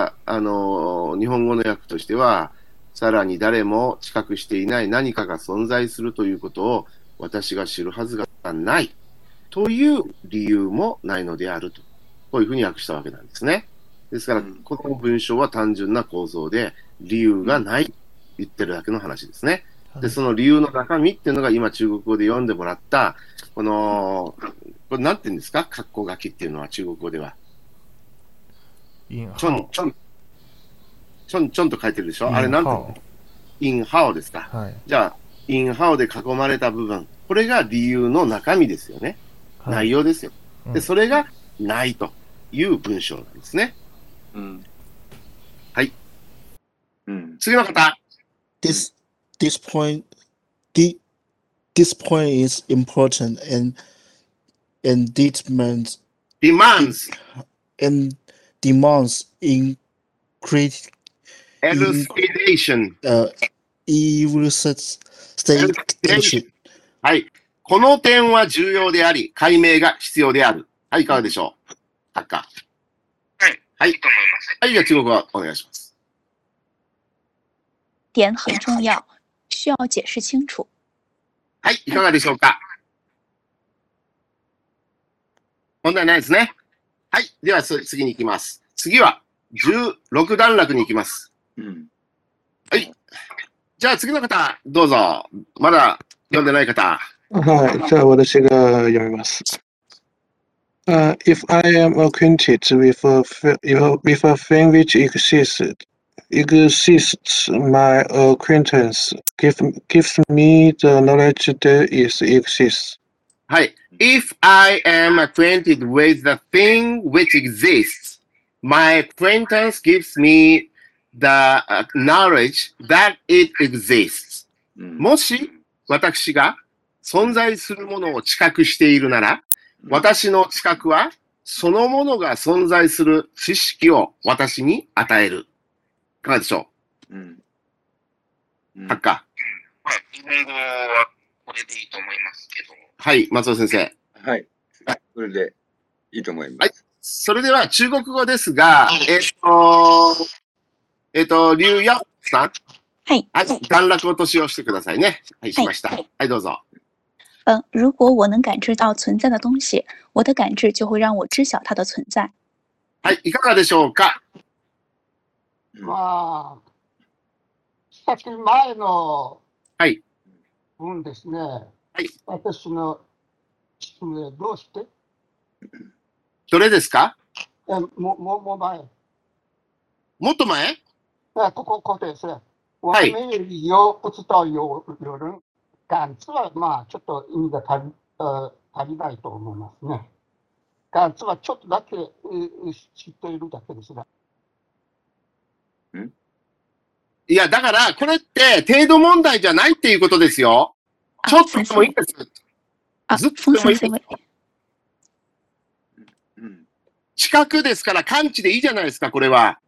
Speaker 1: 日本語の訳としては、さらに誰も知覚していない何かが存在するということを私が知るはずがないという理由もないのであると。こういうふうに訳したわけなんですね。ですから、この文章は単純な構造で、理由がない言ってるだけの話ですね。で、その理由の中身っていうのが今中国語で読んでもらった、これなんて言うんですか？括弧書きっていうのは中国語では。ちょんと書いてるでしょ？あれなんて言うの？インハオですか。はい、じゃあ、インハオで囲まれた部分。これが理由の中身ですよね。はい、内容ですよ。で、それがないという文章なんですね。はい。次の方。
Speaker 9: This point is important and demands elucidation。
Speaker 1: はい。この点は重要であり、解明が必要である。はい、いかがでしょう？ハッカー。
Speaker 3: はい。
Speaker 1: はい。
Speaker 3: いいと思います。
Speaker 1: はい、じゃあ中国語お願いします。
Speaker 2: 点很重要。需要解释清楚。
Speaker 1: はい、いかがでしょうか？問題ないですね。はい、では次に行きます。次は16段落に行きます。はい。じゃあ次の方、どうぞ。まだ読んでない方。
Speaker 10: はい、じゃあ私が読みます。If I am acquainted with a thing which exists, my acquaintance gives me the knowledge that it exists.
Speaker 1: はい。If I am acquainted with the thing which exists, my acquaintance gives me the knowledge that it exists. もし私が存在するものを知覚しているなら、私の知覚はそのものが存在する知識を私に与える。いかがでしょう？ハッカ
Speaker 3: ー。日本語はこれでいいと思いますけど。
Speaker 1: はい、松尾先生。
Speaker 4: はい。これでいいと思います。
Speaker 1: はい。それでは中国語ですが、劉ヤさん。
Speaker 2: はい。
Speaker 1: はい。段落落としをしてくださいね。はい、しました。はい、どうぞ。
Speaker 2: 如果我能感知到存在的东西，我的感知就会让我知晓它的存在。
Speaker 1: はい、いかがでしょうか？
Speaker 5: まあ、さっき前の文ですね。
Speaker 1: はい。
Speaker 5: 私の質問でどうして？
Speaker 1: どれですか？
Speaker 5: も前。
Speaker 1: もっと前？
Speaker 5: ここですね。はい。我们有不知道有人感知はまあちょっと意味が足りないと思いますね。感知はちょっとだけ知っているだけですが。
Speaker 1: いや、だから、これって、程度問題じゃないっていうことですよ。ちょっとでもいいです。ずっとでもいいです。近くですから、感知でいいじゃないですか、これは。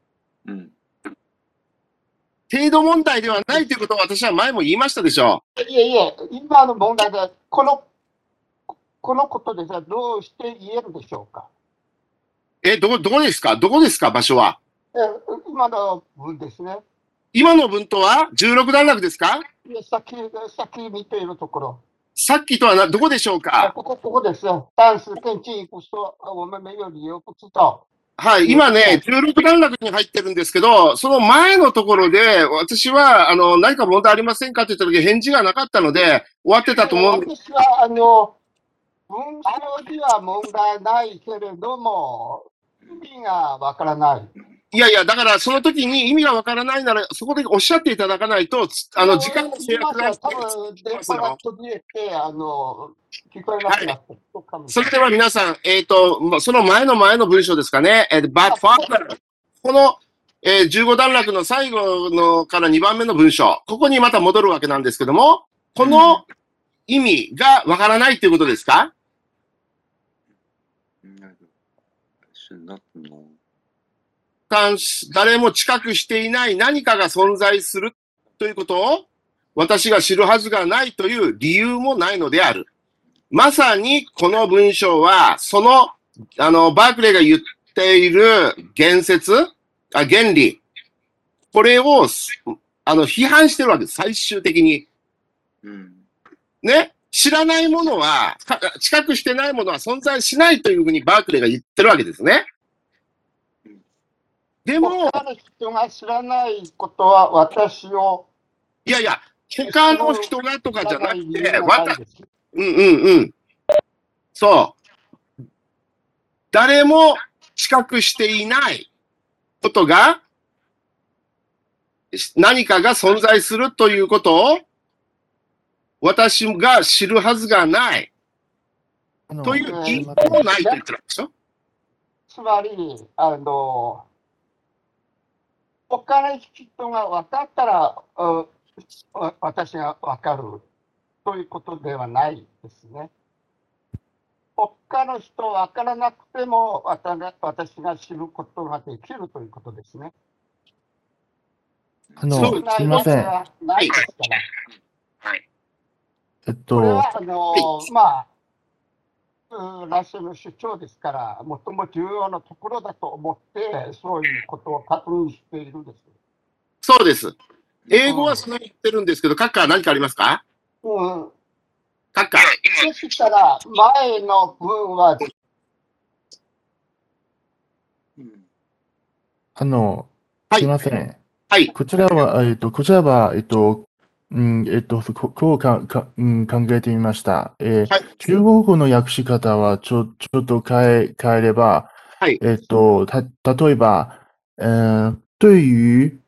Speaker 1: 程度問題ではないということを私は前も言いましたでしょう。
Speaker 5: いえ、今の問題で、このことでどうして言えるでしょうか？
Speaker 1: どこですか？どこですか、場所は？
Speaker 5: 今の文ですね。
Speaker 1: 今の文とは16段落ですか？
Speaker 5: さっき見ているところ。
Speaker 1: さっきとはどこでしょうか？
Speaker 5: ここです。但是更进一步说，我们没有理由不知道。
Speaker 1: はい、今ね、16段落に入ってるんですけど、その前のところで、私は、何か問題ありませんかって言った時、返事がなかったので、終わってたと思うんです。
Speaker 5: 私は、文章には問題ないけれども、意味がわからない。
Speaker 1: いやいや、だからその時に意味がわからないなら、そこでおっしゃっていただかないと、時間の制約が。
Speaker 5: 多分、電波が途切れて、聞こえなくなった。
Speaker 1: はい、それでは皆さん、その前の文章ですかね。but further この、15段落の最後のから2番目の文章。ここにまた戻るわけなんですけども、この意味がわからないということですか？誰も近くしていない何かが存在するということを私が知るはずがないという理由もないのである。まさにこの文章は、その、バークレーが言っている原理、これを、批判してるわけです、最終的に。ね、知らないものは、近くしてないものは存在しないというふうにバークレーが言ってるわけですね。でも、
Speaker 5: 他の人が知らないことは私を。
Speaker 1: いやいや、他の人がとかじゃなくて、そう。誰も近くしていないことが、何かが存在するということを、私が知るはずがない。という理由もないと言ってるんでしょ？
Speaker 5: つまり、他の人が分かったら、私が分かるということではないですね。他の人分からなくても私が知ることができるということですね。
Speaker 7: すみません。
Speaker 5: ないですから。これはラッシュの主張ですから、最も重要なところだと思って、そういうことを確認しているんです。
Speaker 1: そうです。英語はその言ってるんですけど、カッカー何かありますか？カッカー。
Speaker 5: そしたら、前の文は、
Speaker 7: すいません。
Speaker 1: はい。
Speaker 7: こちらは、こう考えてみました。中国語の訳し方はちょっと変えれば、
Speaker 1: はい。
Speaker 7: 例えば、对于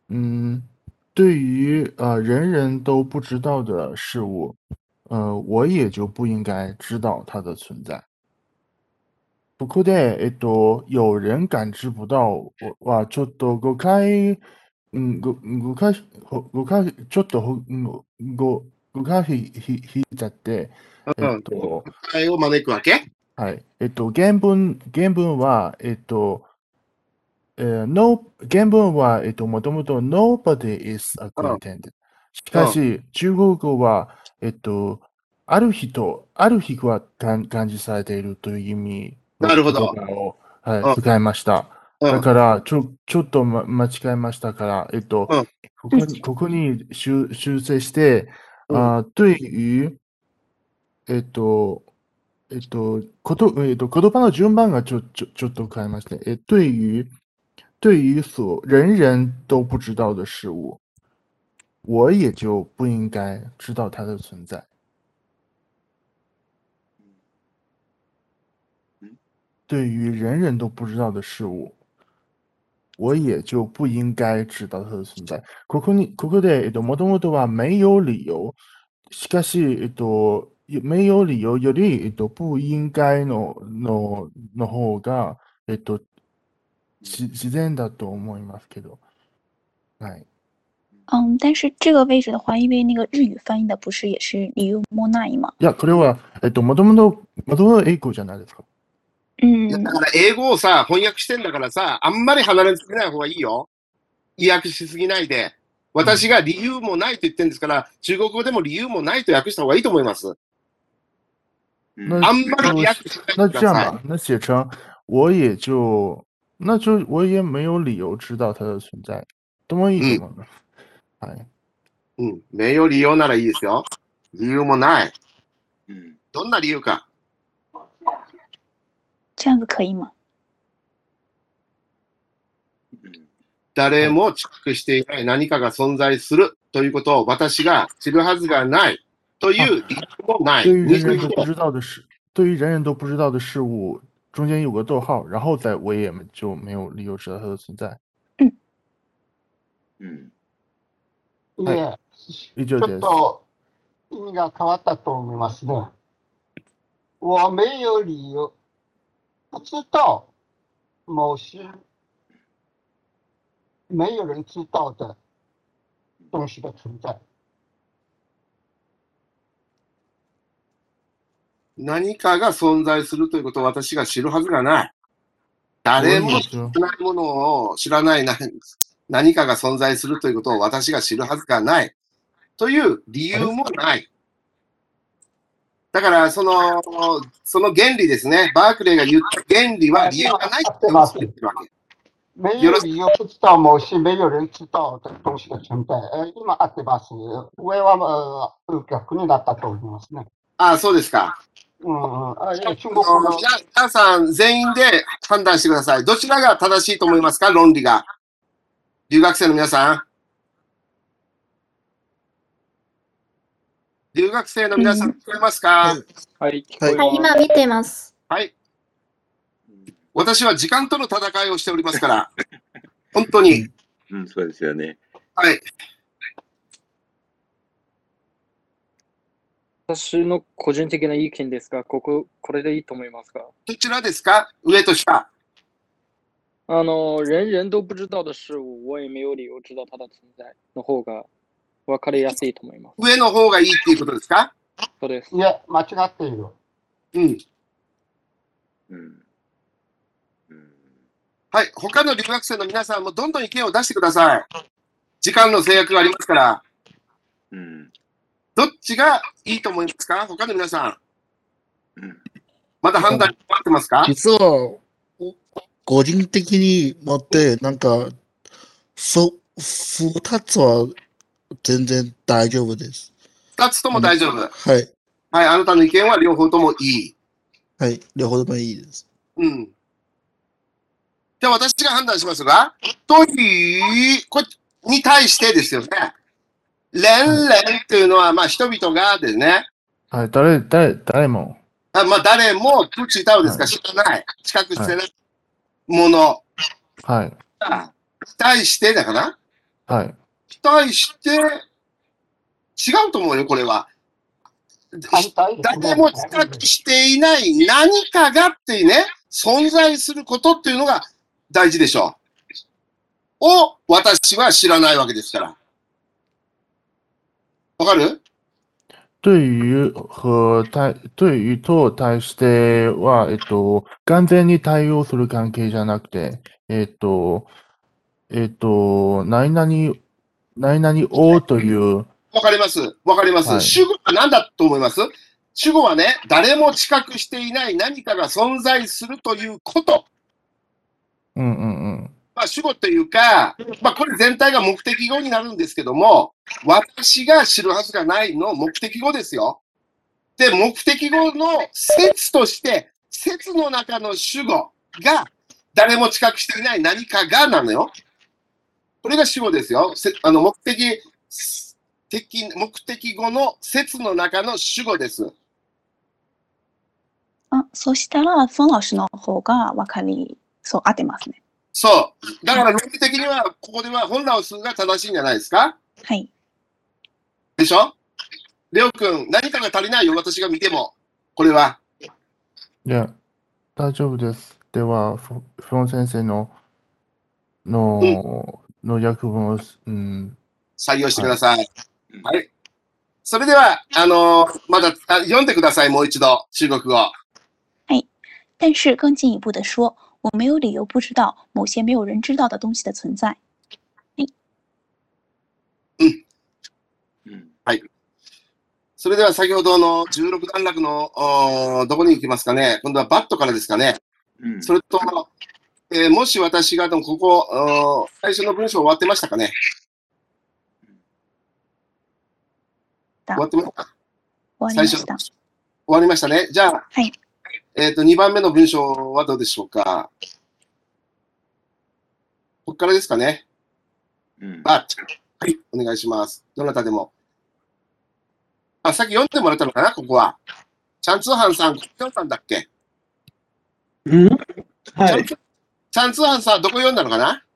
Speaker 7: 人人都不知道的事物，我也就不应该知道它的存在。ここで、有人感知不到は、ちょっと誤解、ちょっと誤解引いちゃって、
Speaker 1: 誤解を招くわけ？
Speaker 7: はい。原文は、原文は、もともと nobody is acquainted。しかし、中国語は、ある日は感じされているという意味の言葉を、はい、使いました。だから、ちょっと間違えましたから、ここに修正して、对于、言葉の順番がちょっと変えました。对于人人都不知道的事物，我也就不应该知道它的存在。对于人人都不知道的事物，我也就不应该知道它的存在。ここで、もともとは没有理由。しかし、没有理由より、不应该の方が、自然だと思いますけど。はい。
Speaker 2: 但是这个位置的话，因为那个日语翻译的不是也是理由もない吗？
Speaker 7: いや、これは、もともと英語じゃないですか。
Speaker 1: だから英語をさ、翻訳してんだからさ、あんまり離れすぎない方がいいよ。意訳しすぎないで。私が理由もないと言ってるんですから、中国語でも理由もないと訳した方がいいと思います。あんまり訳しないでください。
Speaker 7: 那这样吧，那写成我也没有理由知道它的存在。ともいいと思います。はい。
Speaker 1: 没有理由ならいいですよ。理由もない。どんな理由か。
Speaker 2: 这样子可以吗？
Speaker 1: 誰も知覚していない何かが存在するということを私が知るはずがないという理由もない。
Speaker 7: 对于人人都不知道的事，对于人人都不知道的事物，中间有个逗号，然后再我也就没有理由知道它的存在。
Speaker 5: いえ、ちょっと意味が変わったと思いますね。我没有理由不知道某些没有人知道的东西的存在。
Speaker 1: 何かが存在するということを私が知るはずがない。誰も知らないものを知らない何かが存在するということを私が知るはずがない。という理由もない。だから、その原理ですね。バークレーが言った原理は理由がないって言ってるわけ。
Speaker 5: 没有理由不知道某些没有人知道的东西的存在。今合ってます。上は、逆になったと思いますね。
Speaker 1: ああ、そうですか。皆さん全員で判断してください。どちらが正しいと思いますか、論理が。留学生の皆さん。留学生の皆さん、聞こえますか？
Speaker 6: はい、
Speaker 8: 今見てます。
Speaker 1: はい。私は時間との戦いをしておりますから、本当に。
Speaker 4: そうですよね。
Speaker 1: はい。
Speaker 6: 私の個人的な意見ですが、これでいいと思いますか？
Speaker 1: どちらですか？上と下。
Speaker 6: 人人都不知道的事物、我也没有理由知道它的存在の方が分かりやすいと思います。
Speaker 1: 上の方がいいっていうことですか？
Speaker 6: そうです。
Speaker 5: いや、間違っている。
Speaker 1: はい。他の留学生の皆さんもどんどん意見を出してください。時間の制約がありますから。どっちがいいと思いますか？他の皆さん。まだ判断に困ってますか？
Speaker 9: 実は、個人的に持って、なんか、二つは全然大丈夫です。
Speaker 1: 二つとも大丈夫。
Speaker 9: はい。
Speaker 1: はい、あなたの意見は両方ともいい。
Speaker 9: はい、両方ともいいです。
Speaker 1: では私が判断しますが、というこに対してですよね。連々というのは、まあ人々がですね。
Speaker 7: はい、誰も。
Speaker 1: まあ誰も、プチタオですか、知らない、知覚してないもの。
Speaker 7: はい。
Speaker 1: 対してだから。
Speaker 7: はい。
Speaker 1: 対して、違うと思うよ、これは。誰も知覚していない何かがっていうね、存在することっていうのが大事でしょう。を私は知らないわけですから。わかる？
Speaker 7: 对于と対しては、完全に対応する関係じゃなくて、何々をという。
Speaker 1: わかります。わかります。はい、主語は何だと思います？主語はね、誰も知覚していない何かが存在するということ。まあ主語というか、まあこれ全体が目的語になるんですけども、私が知るはずがないの目的語ですよ。で、目的語の説として、説の中の主語が誰も知覚していない何かがなのよ。これが主語ですよ。目的語の説の中の主語です。
Speaker 2: そしたら、孫老師の方がそう、合ってますね。
Speaker 1: そう。だから論理的には、ここでは本ラオスが正しいんじゃないですか？
Speaker 2: はい。
Speaker 1: でしょ？レオ君、何かが足りないよ、私が見ても。これは。
Speaker 7: いや、大丈夫です。では、フロン先生の訳文を、
Speaker 1: 採用してください。はい。それでは、まだ読んでください、もう一度、中国語。
Speaker 2: はい。但是更进一步的说，我没有理由不知道某些没有人知道的东西的存在。
Speaker 1: はい。それでは先ほどの16段落のどこに行きますかね。今度はバットからですかね。それと、もし私がここ、最初の文章終わってましたかね。終わってますか？
Speaker 2: 終わりました。
Speaker 1: 終わりましたね。じゃあ、
Speaker 2: はい。
Speaker 1: 2番目の文章はどうでしょうか。ここからですかね。
Speaker 4: うん。
Speaker 1: but。はい、お願いします。どなたでも。あ、さっき読んでもらったのかな、ここは。チャンツーハンさん、読んだんだっけ？
Speaker 10: はい。
Speaker 1: チャンツーハンさん、どこ読んだのかな？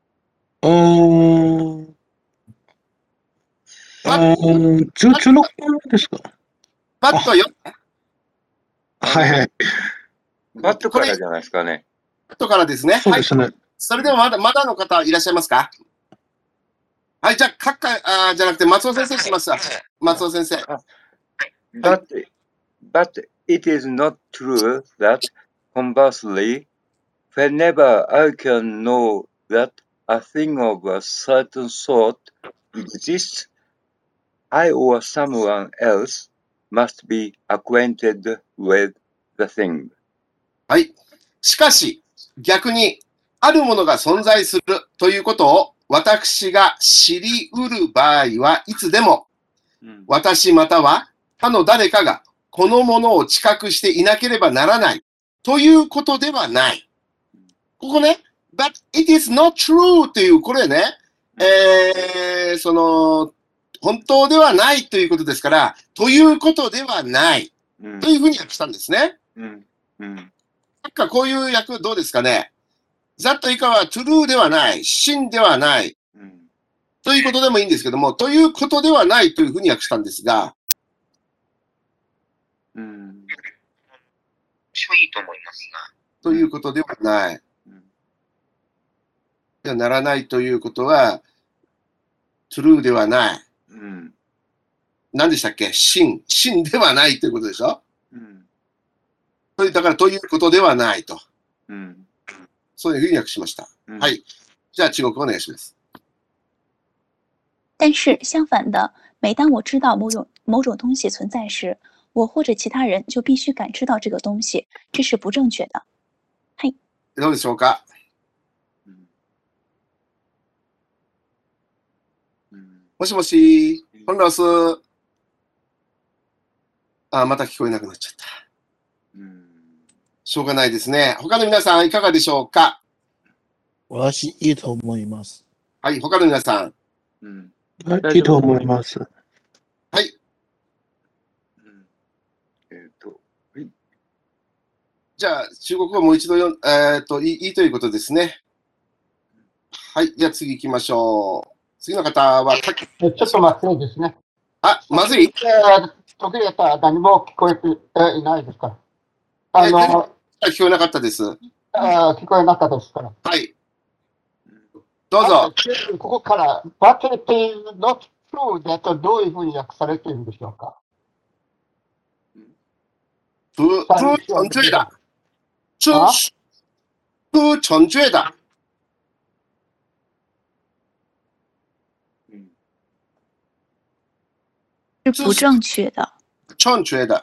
Speaker 10: 16番ですか？
Speaker 1: バット読んだ？
Speaker 10: はいはい。
Speaker 4: バットからじゃないですかね。
Speaker 1: バットからですね。
Speaker 10: そうですね。
Speaker 1: はい。それでもまだの方いらっしゃいますか？はい、じゃあ、じゃなくて、松尾先生しますわ。松尾先生。
Speaker 4: But it is not true that, conversely, whenever I can know that a thing of a certain sort exists, I or someone else must be acquainted with the thing.
Speaker 1: はい。しかし、逆に、あるものが存在するということを私が知り得る場合はいつでも、私または他の誰かがこのものを知覚していなければならないということではない。ここね、but it is not true という、これね、本当ではないということですから、ということではないというふうに訳したんですね。なんかこういう訳どうですかね。that 以下は true ではない、真ではない、ということでもいいんですけども、ということではないというふうに訳したんですが、
Speaker 3: いいと思いますが。
Speaker 1: ということではない。ではならないということは、true ではない。何でしたっけ？真ではないということでしょ？だからということではないと。そういうふうに訳しました。はい。じゃあ中国お願いします。
Speaker 2: 但是相反的，每当我知道某种东西存在时，我或者其他人就必须感知到这个东西，这是不正确的。はい。
Speaker 1: どうでしょうか？もしもし、本ラス。あ、また聞こえなくなっちゃった。しょうがないですね。他の皆さんいかがでしょうか？
Speaker 9: 私、いいと思います。
Speaker 1: はい、他の皆さん。
Speaker 10: いいと思います。
Speaker 1: はい。じゃあ、中国語もう一度いいということですね。はい、じゃあ次行きましょう。次の方は、
Speaker 5: ちょっと待ってですね。
Speaker 1: あ、まずい？
Speaker 5: 途切れたら何も聞こえていないですから。
Speaker 1: 聞こえなかったです。
Speaker 5: 聞こえなかったですから。
Speaker 1: はい。どうぞ。
Speaker 5: ここから、but it is not true だとどういうふうに訳されているんでしょうか？
Speaker 1: 不纯粹的。不纯粹的。
Speaker 2: 是不正确的。
Speaker 1: 正确的。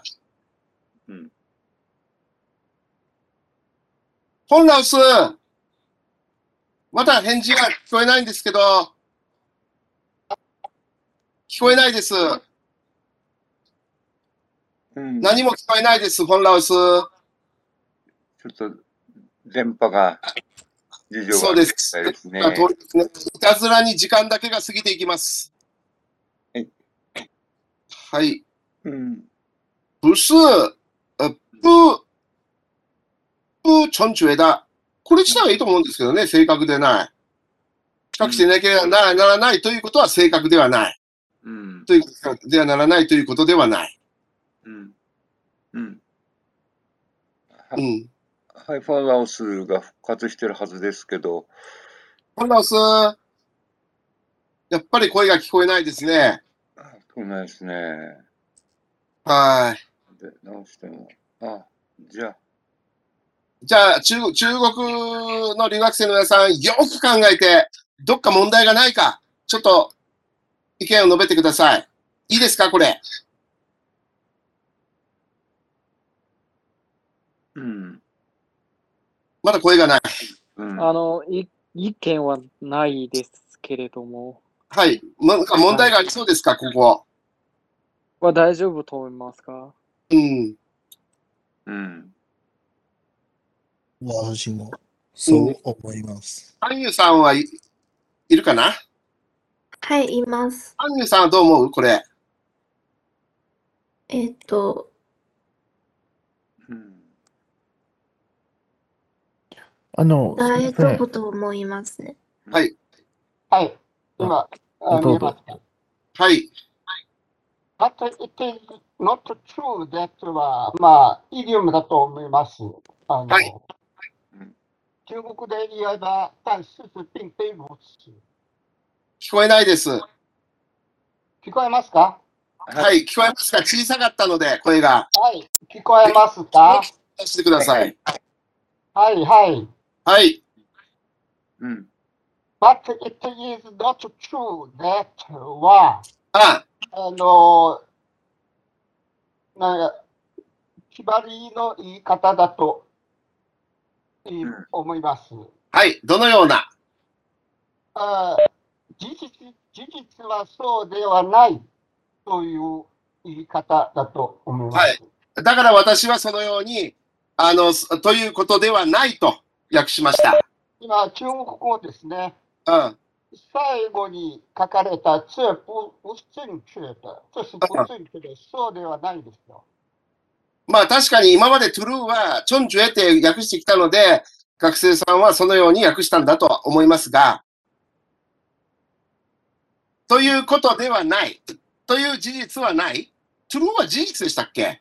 Speaker 1: 本老師、まだ返事が聞こえないんですけど、聞こえないです。何も聞こえないです、本老師。ちょ
Speaker 4: っと電波が事情が
Speaker 1: そうです。いたずらに時間だけが過ぎていきます。はい。不是、不正确だ。これ自体はいいと思うんですけどね、正確でない。比較していなければならないということは正確ではない。ということではならないということではない。
Speaker 4: ハイファーラオスが復活してるはずですけど。
Speaker 1: ファーラオス、やっぱり声が聞こえないですね。
Speaker 4: 聞こえないですね。
Speaker 1: はい。
Speaker 4: で、直しても。
Speaker 1: じゃあ、中国の留学生の皆さん、よく考えて、どっか問題がないか、ちょっと意見を述べてください。いいですか、これ。まだ声がない。
Speaker 6: 意見はないですけれども。
Speaker 1: はい。問題がありそうですか、ここ。
Speaker 6: は大丈夫と思いますか？
Speaker 9: 私もそう思います。
Speaker 1: ハンユさんはいるかな？
Speaker 8: はい、います。
Speaker 1: アンニュさんはどう思うこれ。
Speaker 8: 大丈夫と思いますね。
Speaker 1: はい。
Speaker 5: はい。今、見えますか？
Speaker 1: はい。
Speaker 5: But it is not true that は、まあ、イディオムだと思います。
Speaker 1: はい。
Speaker 5: 中国で言えば、但是并非如此。
Speaker 1: 聞こえないです。
Speaker 5: 聞こえますか？
Speaker 1: はい、聞こえますか？小さかったので、声が。
Speaker 5: はい、聞こえますか？
Speaker 1: 出してください。
Speaker 5: はい、はい。
Speaker 1: はい。
Speaker 5: But it is not true that は、なんか、縛りの言い方だと思います。
Speaker 1: はい、どのような
Speaker 5: 事実はそうではないという言い方だと思います。はい。
Speaker 1: だから私はそのように、ということではないと訳しました。
Speaker 5: 今、中国語ですね。
Speaker 1: うん。
Speaker 5: 最後に書かれた、这不正确的、这是不正确的、そうではないですよ。
Speaker 1: まあ確かに今までトゥルーはチョンジュエって訳してきたので、学生さんはそのように訳したんだとは思いますが、ということではない。という事実はない。トゥルーは事実でしたっけ？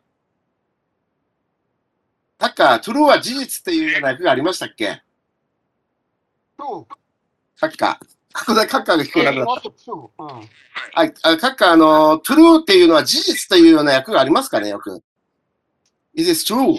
Speaker 1: トゥルーは事実っていうような訳がありましたっけ？ここでカッカーが聞こえなくなった。はい、カッカー、トゥルーっていうのは事実というような訳がありますかね、よく。Is this true?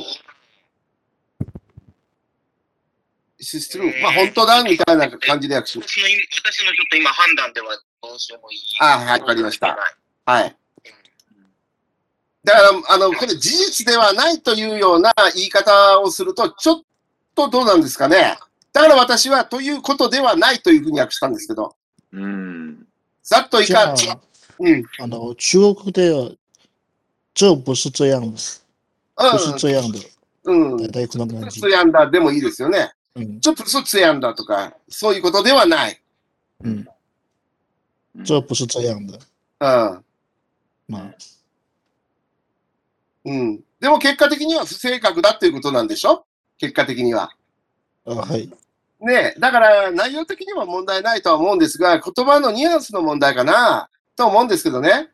Speaker 1: Is this true? まあ、本当だみたいな感じで訳します。
Speaker 3: 私のちょっと今判断ではどうしようもいい。
Speaker 1: はい、わかりました。はい。だから、これ事実ではないというような言い方をすると、ちょっとどうなんですかね。だから私はということではないというふうに訳したんですけど。ざっといか、
Speaker 9: 中国では、这不是这样的。不是这样的。大体こんな感じ。
Speaker 1: 这样だでもいいですよね。ちょっと这样だとか、そういうことではない。
Speaker 9: 这不是这样的。まあ。
Speaker 1: でも結果的には不正確だっていうことなんでしょ？結果的には。
Speaker 9: はい。
Speaker 1: ねえ、だから内容的には問題ないとは思うんですが、言葉のニュアンスの問題かなと思うんですけどね。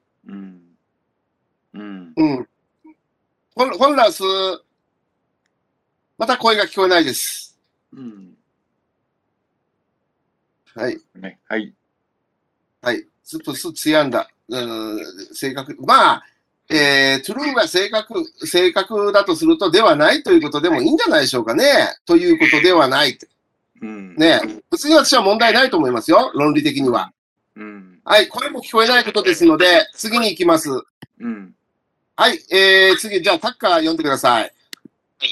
Speaker 1: 本ラス、また声が聞こえないです。はい。
Speaker 4: はい。
Speaker 1: はい。スプスツヤンダ。正確。まあ、トゥルーが正確だとすると、ではないということでもいいんじゃないでしょうかね。ということではない。ねえ。別に私は問題ないと思いますよ。論理的には。はい。声も聞こえないことですので、次に行きます。はい。次、じゃあ、タッカー読んでください。
Speaker 3: はい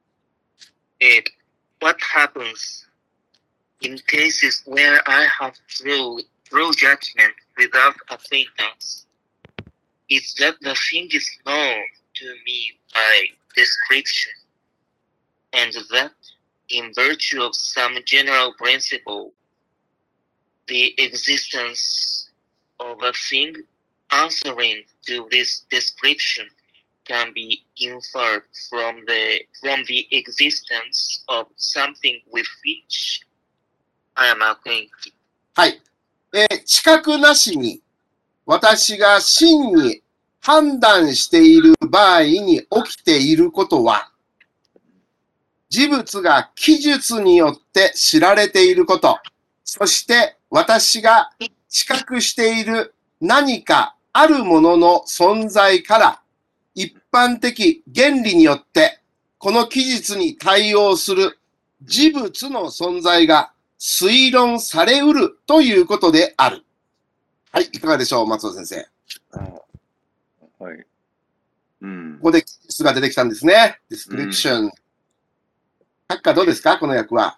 Speaker 3: 。What happens in cases where I have true judgment without acquaintance is that the thing is known to me by description, and that, in virtue of some general principle, the existence of a thing answering to this description can be inferred from the existence of something with which I am acquainted.
Speaker 1: はい。知覚なしに私が真に判断している場合に起きていることは、事物が記述によって知られていること、そして私が知覚している何かあるものの存在から一般的原理によってこの記述に対応する事物の存在が推論されうるということである。はい、いかがでしょう、松尾先生。
Speaker 4: はい。
Speaker 1: ここで記述が出てきたんですね。ディスクリプション。タッカーどうですか、この訳は。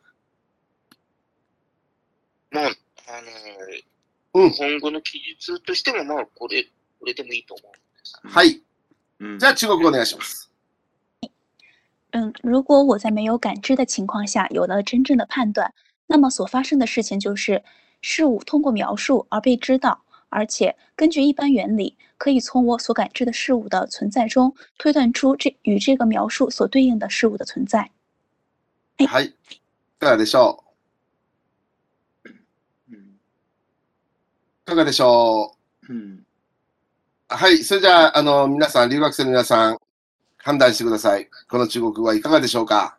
Speaker 3: まあ、今後の記述としても、まあ、これでもいいと思うんです。
Speaker 1: はい。じゃあ、中国語お願いします。
Speaker 2: 如果我在没有感知的情况下有了真正的判断，那么所发生的事情就是， 事物通过描述而被知道，而且根据一般原理，可以从我所感知的事物的存在中推断出与这个描述所对应的事物的存在。
Speaker 1: はい。いかがでしょう？いかがでしょう？はい。それじゃあ、皆さん、留学生の皆さん、判断してください。この中国語はいかがでしょうか？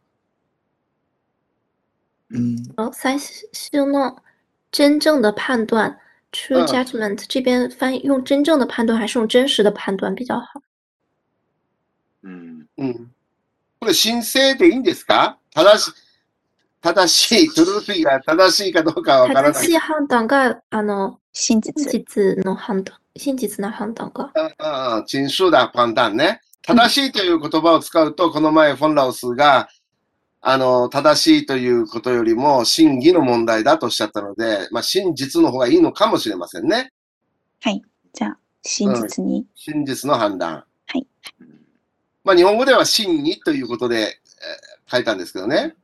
Speaker 8: 最初呢，真正的判断 true judgment 这边翻译用真正的判断还是用真实的判断比较好？
Speaker 1: これ、申請でいいんですか？正しい、トゥルーフィーが正しいかどうかわからない。
Speaker 8: 正しい判断が、
Speaker 2: 真実
Speaker 8: の判断。真実な判断が。
Speaker 1: 真实な判断ね。正しいという言葉を使うと、この前、フォンラオスが、正しいということよりも、真偽の問題だとおっしゃったので、まあ、真実の方がいいのかもしれませんね。
Speaker 2: はい。じゃあ、真実に。
Speaker 1: 真実の判断。
Speaker 2: はい。
Speaker 1: まあ、日本語では真偽ということで、書いたんですけどね。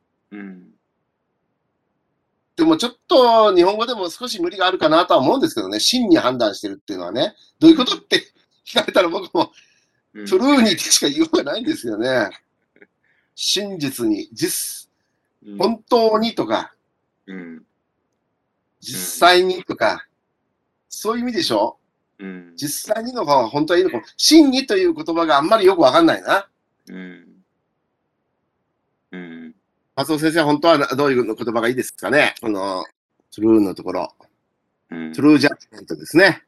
Speaker 1: でもちょっと日本語でも少し無理があるかなとは思うんですけどね、真に判断してるっていうのはね、どういうことって聞かれたら僕も、トゥルーにってしか言いようがないんですよね。真実に、本当にとか、実際にとか、そういう意味でしょ？実際にの方が本当はいいのかも。真にという言葉があんまりよくわかんないな。松尾先生、本当はどういう言葉がいいですかね？この、トゥルーのところ。トゥルージャッジメントですね。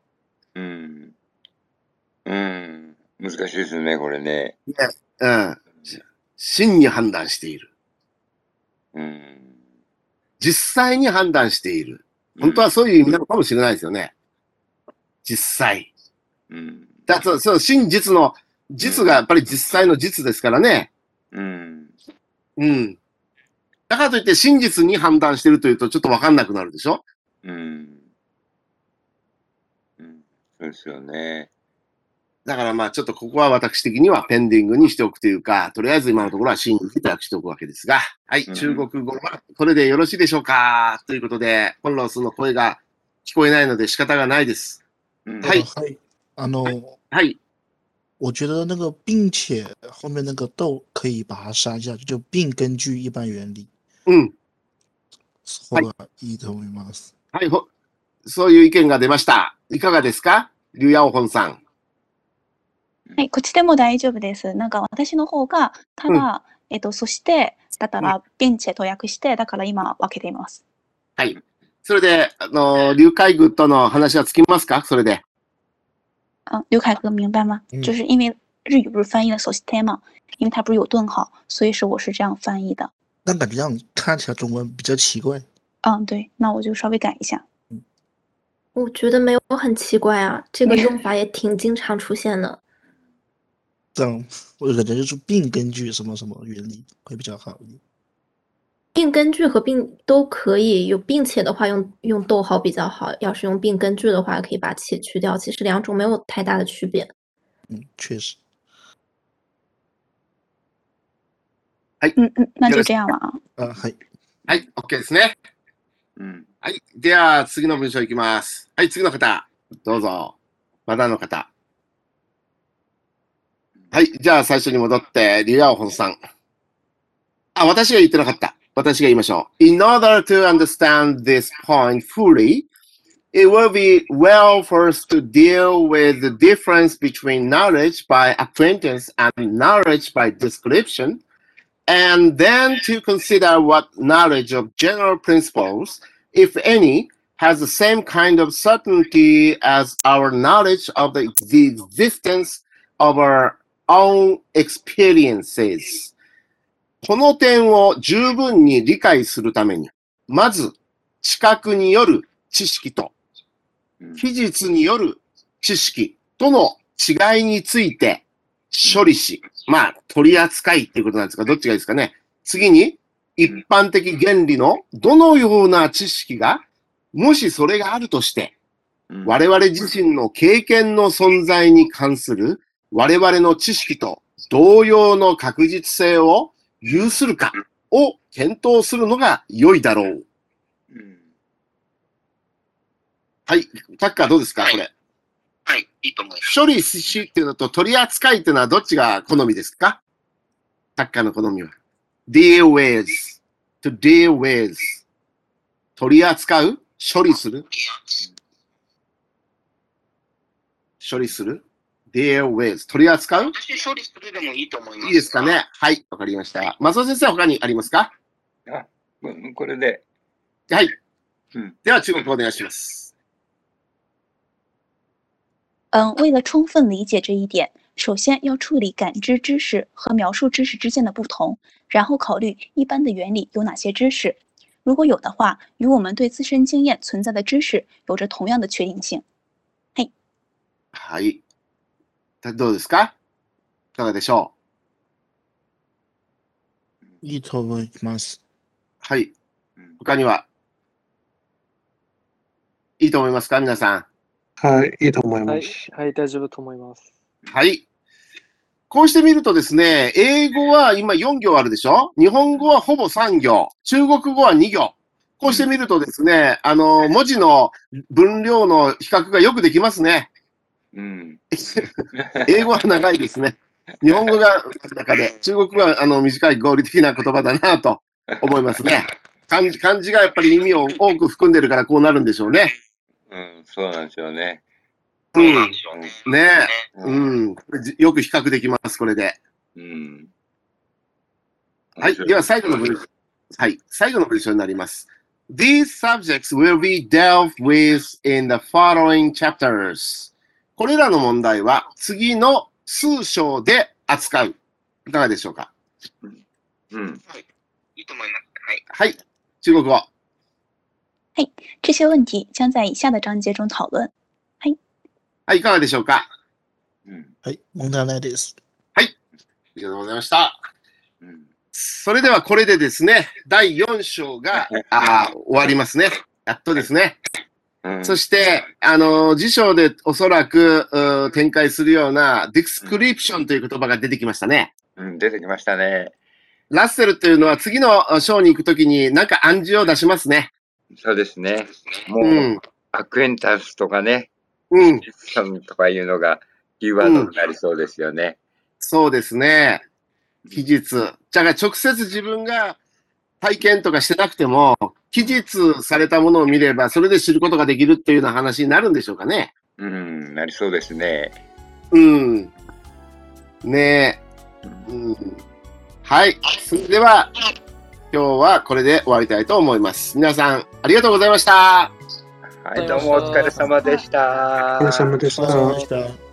Speaker 4: 難しいですね、これね。
Speaker 1: 真に判断している。実際に判断している。本当はそういう意味なのかもしれないですよね。実際。そう、真実の、実がやっぱり実際の実ですからね。だからといって真実に判断してるというとちょっとわかんなくなるでしょ？
Speaker 4: そうですよね。
Speaker 1: だからまあちょっとここは私的にはペンディングにしておくというか、とりあえず今のところは真実と訳しておくわけですが、はい、中国語はこれでよろしいでしょうかということで、フォンロスの声が聞こえないので仕方がないです。はい。はい。
Speaker 9: 我觉得那个并且后面那个逗可以把它删下去，就并根据一般原理。方がいいと思います。
Speaker 1: はい、そういう意見が出ました。いかがですか？リュウヤオホンさん。
Speaker 2: はい、こっちでも大丈夫です。なんか私の方が、ただ、そして、だったら、並且と訳して、だから今分けています。
Speaker 1: はい。それで、劉海軍との話はつきますか？それで。
Speaker 2: 刘凯哥明白吗？就是因为日语不是翻译了首先嘛，因为它不是有顿号，所以说我是这样翻译的。
Speaker 9: 但感觉这样看起来中文比较奇怪。
Speaker 2: 对，那我就稍微改一下。
Speaker 8: 我觉得没有很奇怪啊，这个用法也挺经常出现的。
Speaker 9: 这样，我感觉就是并根据什么什么原理会比较好一点。
Speaker 8: 并根据和并都可以，有并且的话用逗号比较好，要是用并根据的话，可以把且去掉。其实两种没有太大的区别。
Speaker 9: 确实。
Speaker 1: はい。
Speaker 2: 那就这样了啊。
Speaker 9: はい。
Speaker 1: はい、OK ですね。はい。では、次の文章いきます。はい、次の方。どうぞ。まだの方。はい。じゃあ、最初に戻って、リュウヤオホンさん。私が言ってなかった。私が言いましょう。In order to understand this point fully, it will be well for us to deal with the difference between knowledge by acquaintance and knowledge by description, and then to consider what knowledge of general principles, if any, has the same kind of certainty as our knowledge of the existence of our own experiences. この点を十分に理解するために、まず、知覚による知識と、記述による知識との違いについて処理し、取り扱いっていうことなんですが、どっちがいいですかね。次に、一般的原理のどのような知識が、もしそれがあるとして、我々自身の経験の存在に関する我々の知識と同様の確実性を有するかを検討するのが良いだろう。 はい。タッカーどうですか、これ。
Speaker 3: はい、いいと思います。
Speaker 1: 処理しっていうのと取り扱いっていうのはどっちが好みですか？タッカーの好みは。deal with, to deal with. 取り扱う？処理する？処理する？ deal with. 取り扱う？
Speaker 3: 私、処理するでもいいと思います。
Speaker 1: いいですかね。はい、わかりました。松尾先生、他にありますか？
Speaker 4: あ、これで。
Speaker 1: はい。では、中国語お願いします。
Speaker 2: 为了充分理解这一点，首先要处理感知知识和描述知识之间的不同，然后考虑一般的原理有哪些知识，如果有的话，与我们对自身经验存在的知识有着同样的确定性。はい。
Speaker 1: はい。どうですか？いかがでしょ
Speaker 9: う？いいと思います。
Speaker 1: はい。他にはいいと思いますか、皆さん。
Speaker 10: はい、いいと思います。
Speaker 6: はい、大丈夫と思います。
Speaker 1: はい。こうしてみるとですね、英語は今4行あるでしょ？日本語はほぼ3行。中国語は2行。こうしてみるとですね、文字の分量の比較がよくできますね。英語は長いですね。日本語が中で、中国語は短い合理的な言葉だなと思いますね。漢字がやっぱり意味を多く含んでるからこうなるんでしょうね。
Speaker 4: そうなんですよね。
Speaker 1: ねえ。よく比較できます、これで。はい。では、最後の文章。はい。最後の文章になります。These subjects will be dealt with in the following chapters. これらの問題は次の数章で扱う。いかがでしょうか？
Speaker 3: はい。いいと思います。はい。
Speaker 1: はい。中国語。
Speaker 2: はい。这些问题将在以下的章节中讨論。はい。
Speaker 1: はい、いかがでしょうか？
Speaker 9: はい、問題ないです。
Speaker 1: はい。ありがとうございました。それではこれでですね、第4章が終わりますね。やっとですね。そして、辞書でおそらく展開するようなディスクリプションという言葉が出てきましたね。
Speaker 4: 出てきましたね。
Speaker 1: ラッセルというのは次の章に行くときに何か暗示を出しますね。
Speaker 4: そうですね。もう、アクエンタンスとかね、システムとかいうのがキーワードになりそうですよね。
Speaker 1: そうですね。記述。じゃあ直接自分が体験とかしてなくても、記述されたものを見れば、それで知ることができるっていうような話になるんでしょうかね。
Speaker 4: なりそうですね。
Speaker 1: ねえ。はい。それでは、今日はこれで終わりたいと思います。皆さん、ありがとうございました。
Speaker 4: はい、どうもお疲れ様でした。
Speaker 10: お疲れ様でした。